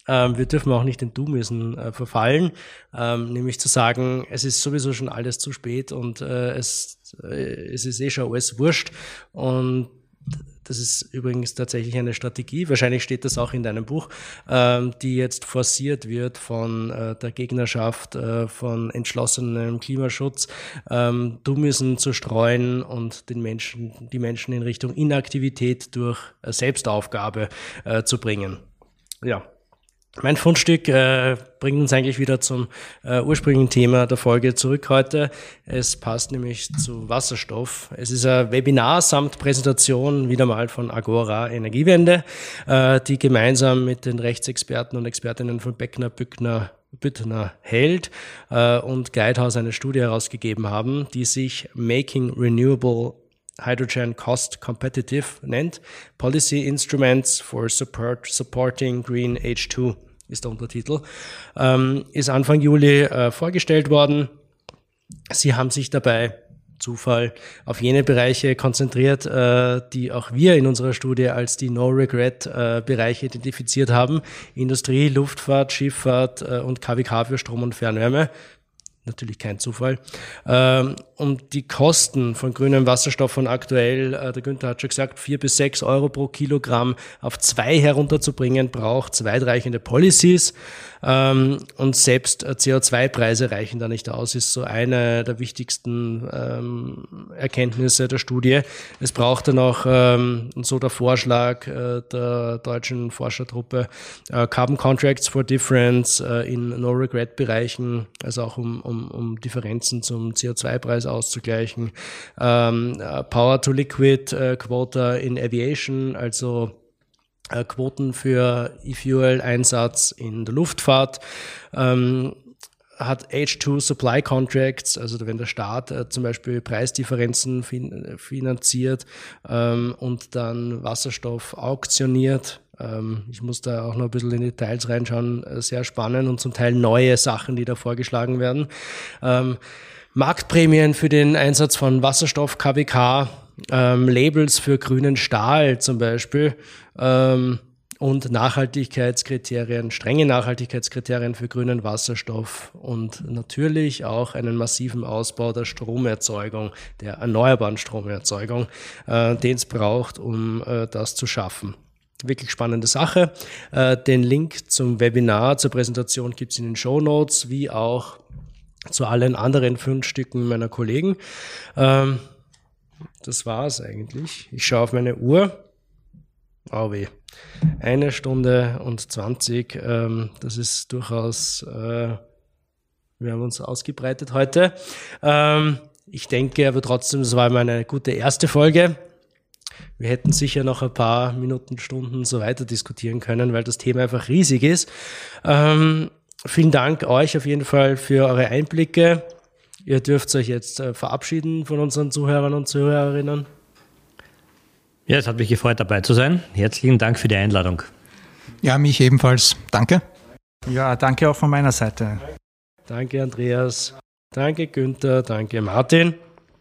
Wir dürfen auch nicht in Du-Müssen verfallen, nämlich zu sagen, es ist sowieso schon alles zu spät und es ist eh schon alles wurscht. Und das ist übrigens tatsächlich eine Strategie, wahrscheinlich steht das auch in deinem Buch, die jetzt forciert wird von der Gegnerschaft, von entschlossenem Klimaschutz, Du-Müssen zu streuen und die Menschen in Richtung Inaktivität durch Selbstaufgabe zu bringen. Ja. Mein Fundstück bringt uns eigentlich wieder zum ursprünglichen Thema der Folge zurück heute. Es passt nämlich zu Wasserstoff. Es ist ein Webinar samt Präsentation wieder mal von Agora Energiewende, die gemeinsam mit den Rechtsexperten und Expertinnen von Beckner, Büttner Held und Guidehouse eine Studie herausgegeben haben, die sich Making Renewable Hydrogen Cost Competitive nennt. Policy Instruments for Supporting Green H2 ist der Untertitel. Ist Anfang Juli vorgestellt worden. Sie haben sich dabei, Zufall, auf jene Bereiche konzentriert, die auch wir in unserer Studie als die No-Regret-Bereiche identifiziert haben. Industrie, Luftfahrt, Schifffahrt und KWK für Strom und Fernwärme. Natürlich kein Zufall. Um die Kosten von grünem Wasserstoff von aktuell, der Günther hat schon gesagt, 4 bis 6 Euro pro Kilogramm auf 2 herunterzubringen, braucht es weitreichende Policies. Und selbst CO2-Preise reichen da nicht aus, ist so eine der wichtigsten Erkenntnisse der Studie. Es braucht dann auch, und so der Vorschlag der deutschen Forschertruppe, Carbon Contracts for Difference in No-Regret-Bereichen, also auch um Differenzen zum CO2-Preis auszugleichen. Power-to-Liquid-Quota in Aviation, also Quoten für E-Fuel-Einsatz in der Luftfahrt, hat H2 Supply Contracts, also wenn der Staat zum Beispiel Preisdifferenzen finanziert und dann Wasserstoff auktioniert. Ich muss da auch noch ein bisschen in Details reinschauen, sehr spannend und zum Teil neue Sachen, die da vorgeschlagen werden. Marktprämien für den Einsatz von Wasserstoff, KWK, Labels für grünen Stahl zum Beispiel und Nachhaltigkeitskriterien, strenge Nachhaltigkeitskriterien für grünen Wasserstoff und natürlich auch einen massiven Ausbau der Stromerzeugung, der erneuerbaren Stromerzeugung, den es braucht, um das zu schaffen. Wirklich spannende Sache. Den Link zum Webinar, zur Präsentation gibt es in den Shownotes, wie auch zu allen anderen Fundstücken meiner Kollegen. Das war's eigentlich. Ich schaue auf meine Uhr. Oh weh. 1 Stunde und 20. Das ist durchaus, wir haben uns ausgebreitet heute. Ich denke aber trotzdem, es war immer eine gute erste Folge. Wir hätten sicher noch ein paar Minuten, Stunden so weiter diskutieren können, weil das Thema einfach riesig ist. Vielen Dank euch auf jeden Fall für eure Einblicke. Ihr dürft euch jetzt verabschieden von unseren Zuhörern und Zuhörerinnen.
Ja, es hat mich gefreut, dabei zu sein. Herzlichen Dank für die Einladung.
Ja, mich ebenfalls. Danke.
Ja, danke auch von meiner Seite.
Danke, Andreas. Danke, Günther. Danke, Martin.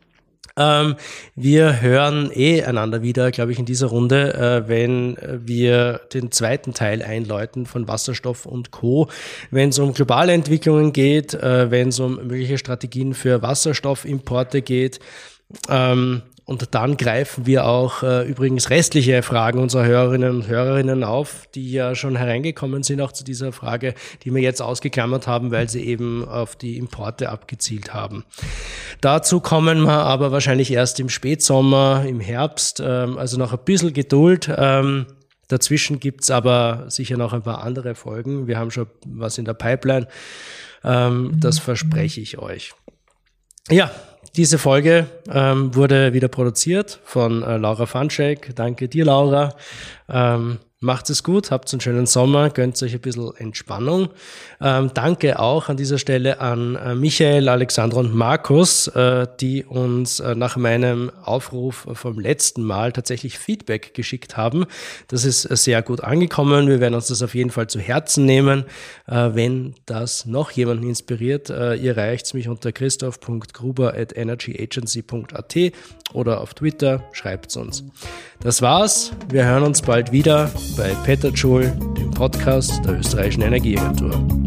Wir hören einander wieder, glaube ich, in dieser Runde, wenn wir den zweiten Teil einläuten von Wasserstoff und Co., wenn es um globale Entwicklungen geht, wenn es um mögliche Strategien für Wasserstoffimporte geht. Und dann greifen wir auch übrigens restliche Fragen unserer Hörerinnen und Hörerinnen auf, die ja schon hereingekommen sind, auch zu dieser Frage, die wir jetzt ausgeklammert haben, weil sie eben auf die Importe abgezielt haben. Dazu kommen wir aber wahrscheinlich erst im Spätsommer, im Herbst, also noch ein bisschen Geduld. Dazwischen gibt's aber sicher noch ein paar andere Folgen. Wir haben schon was in der Pipeline. Das verspreche ich euch. Ja, diese Folge wurde wieder produziert von Laura Fanschek. Danke dir, Laura. Macht es gut, habt einen schönen Sommer, gönnt euch ein bisschen Entspannung. Danke auch an dieser Stelle an Michael, Alexandra und Markus, die uns nach meinem Aufruf vom letzten Mal tatsächlich Feedback geschickt haben. Das ist sehr gut angekommen. Wir werden uns das auf jeden Fall zu Herzen nehmen. Wenn das noch jemanden inspiriert, ihr erreicht mich unter christoph.gruber@energyagency.at oder auf Twitter, schreibt's uns. Das war's. Wir hören uns bald wieder bei Petterjoule, dem Podcast der Österreichischen Energieagentur.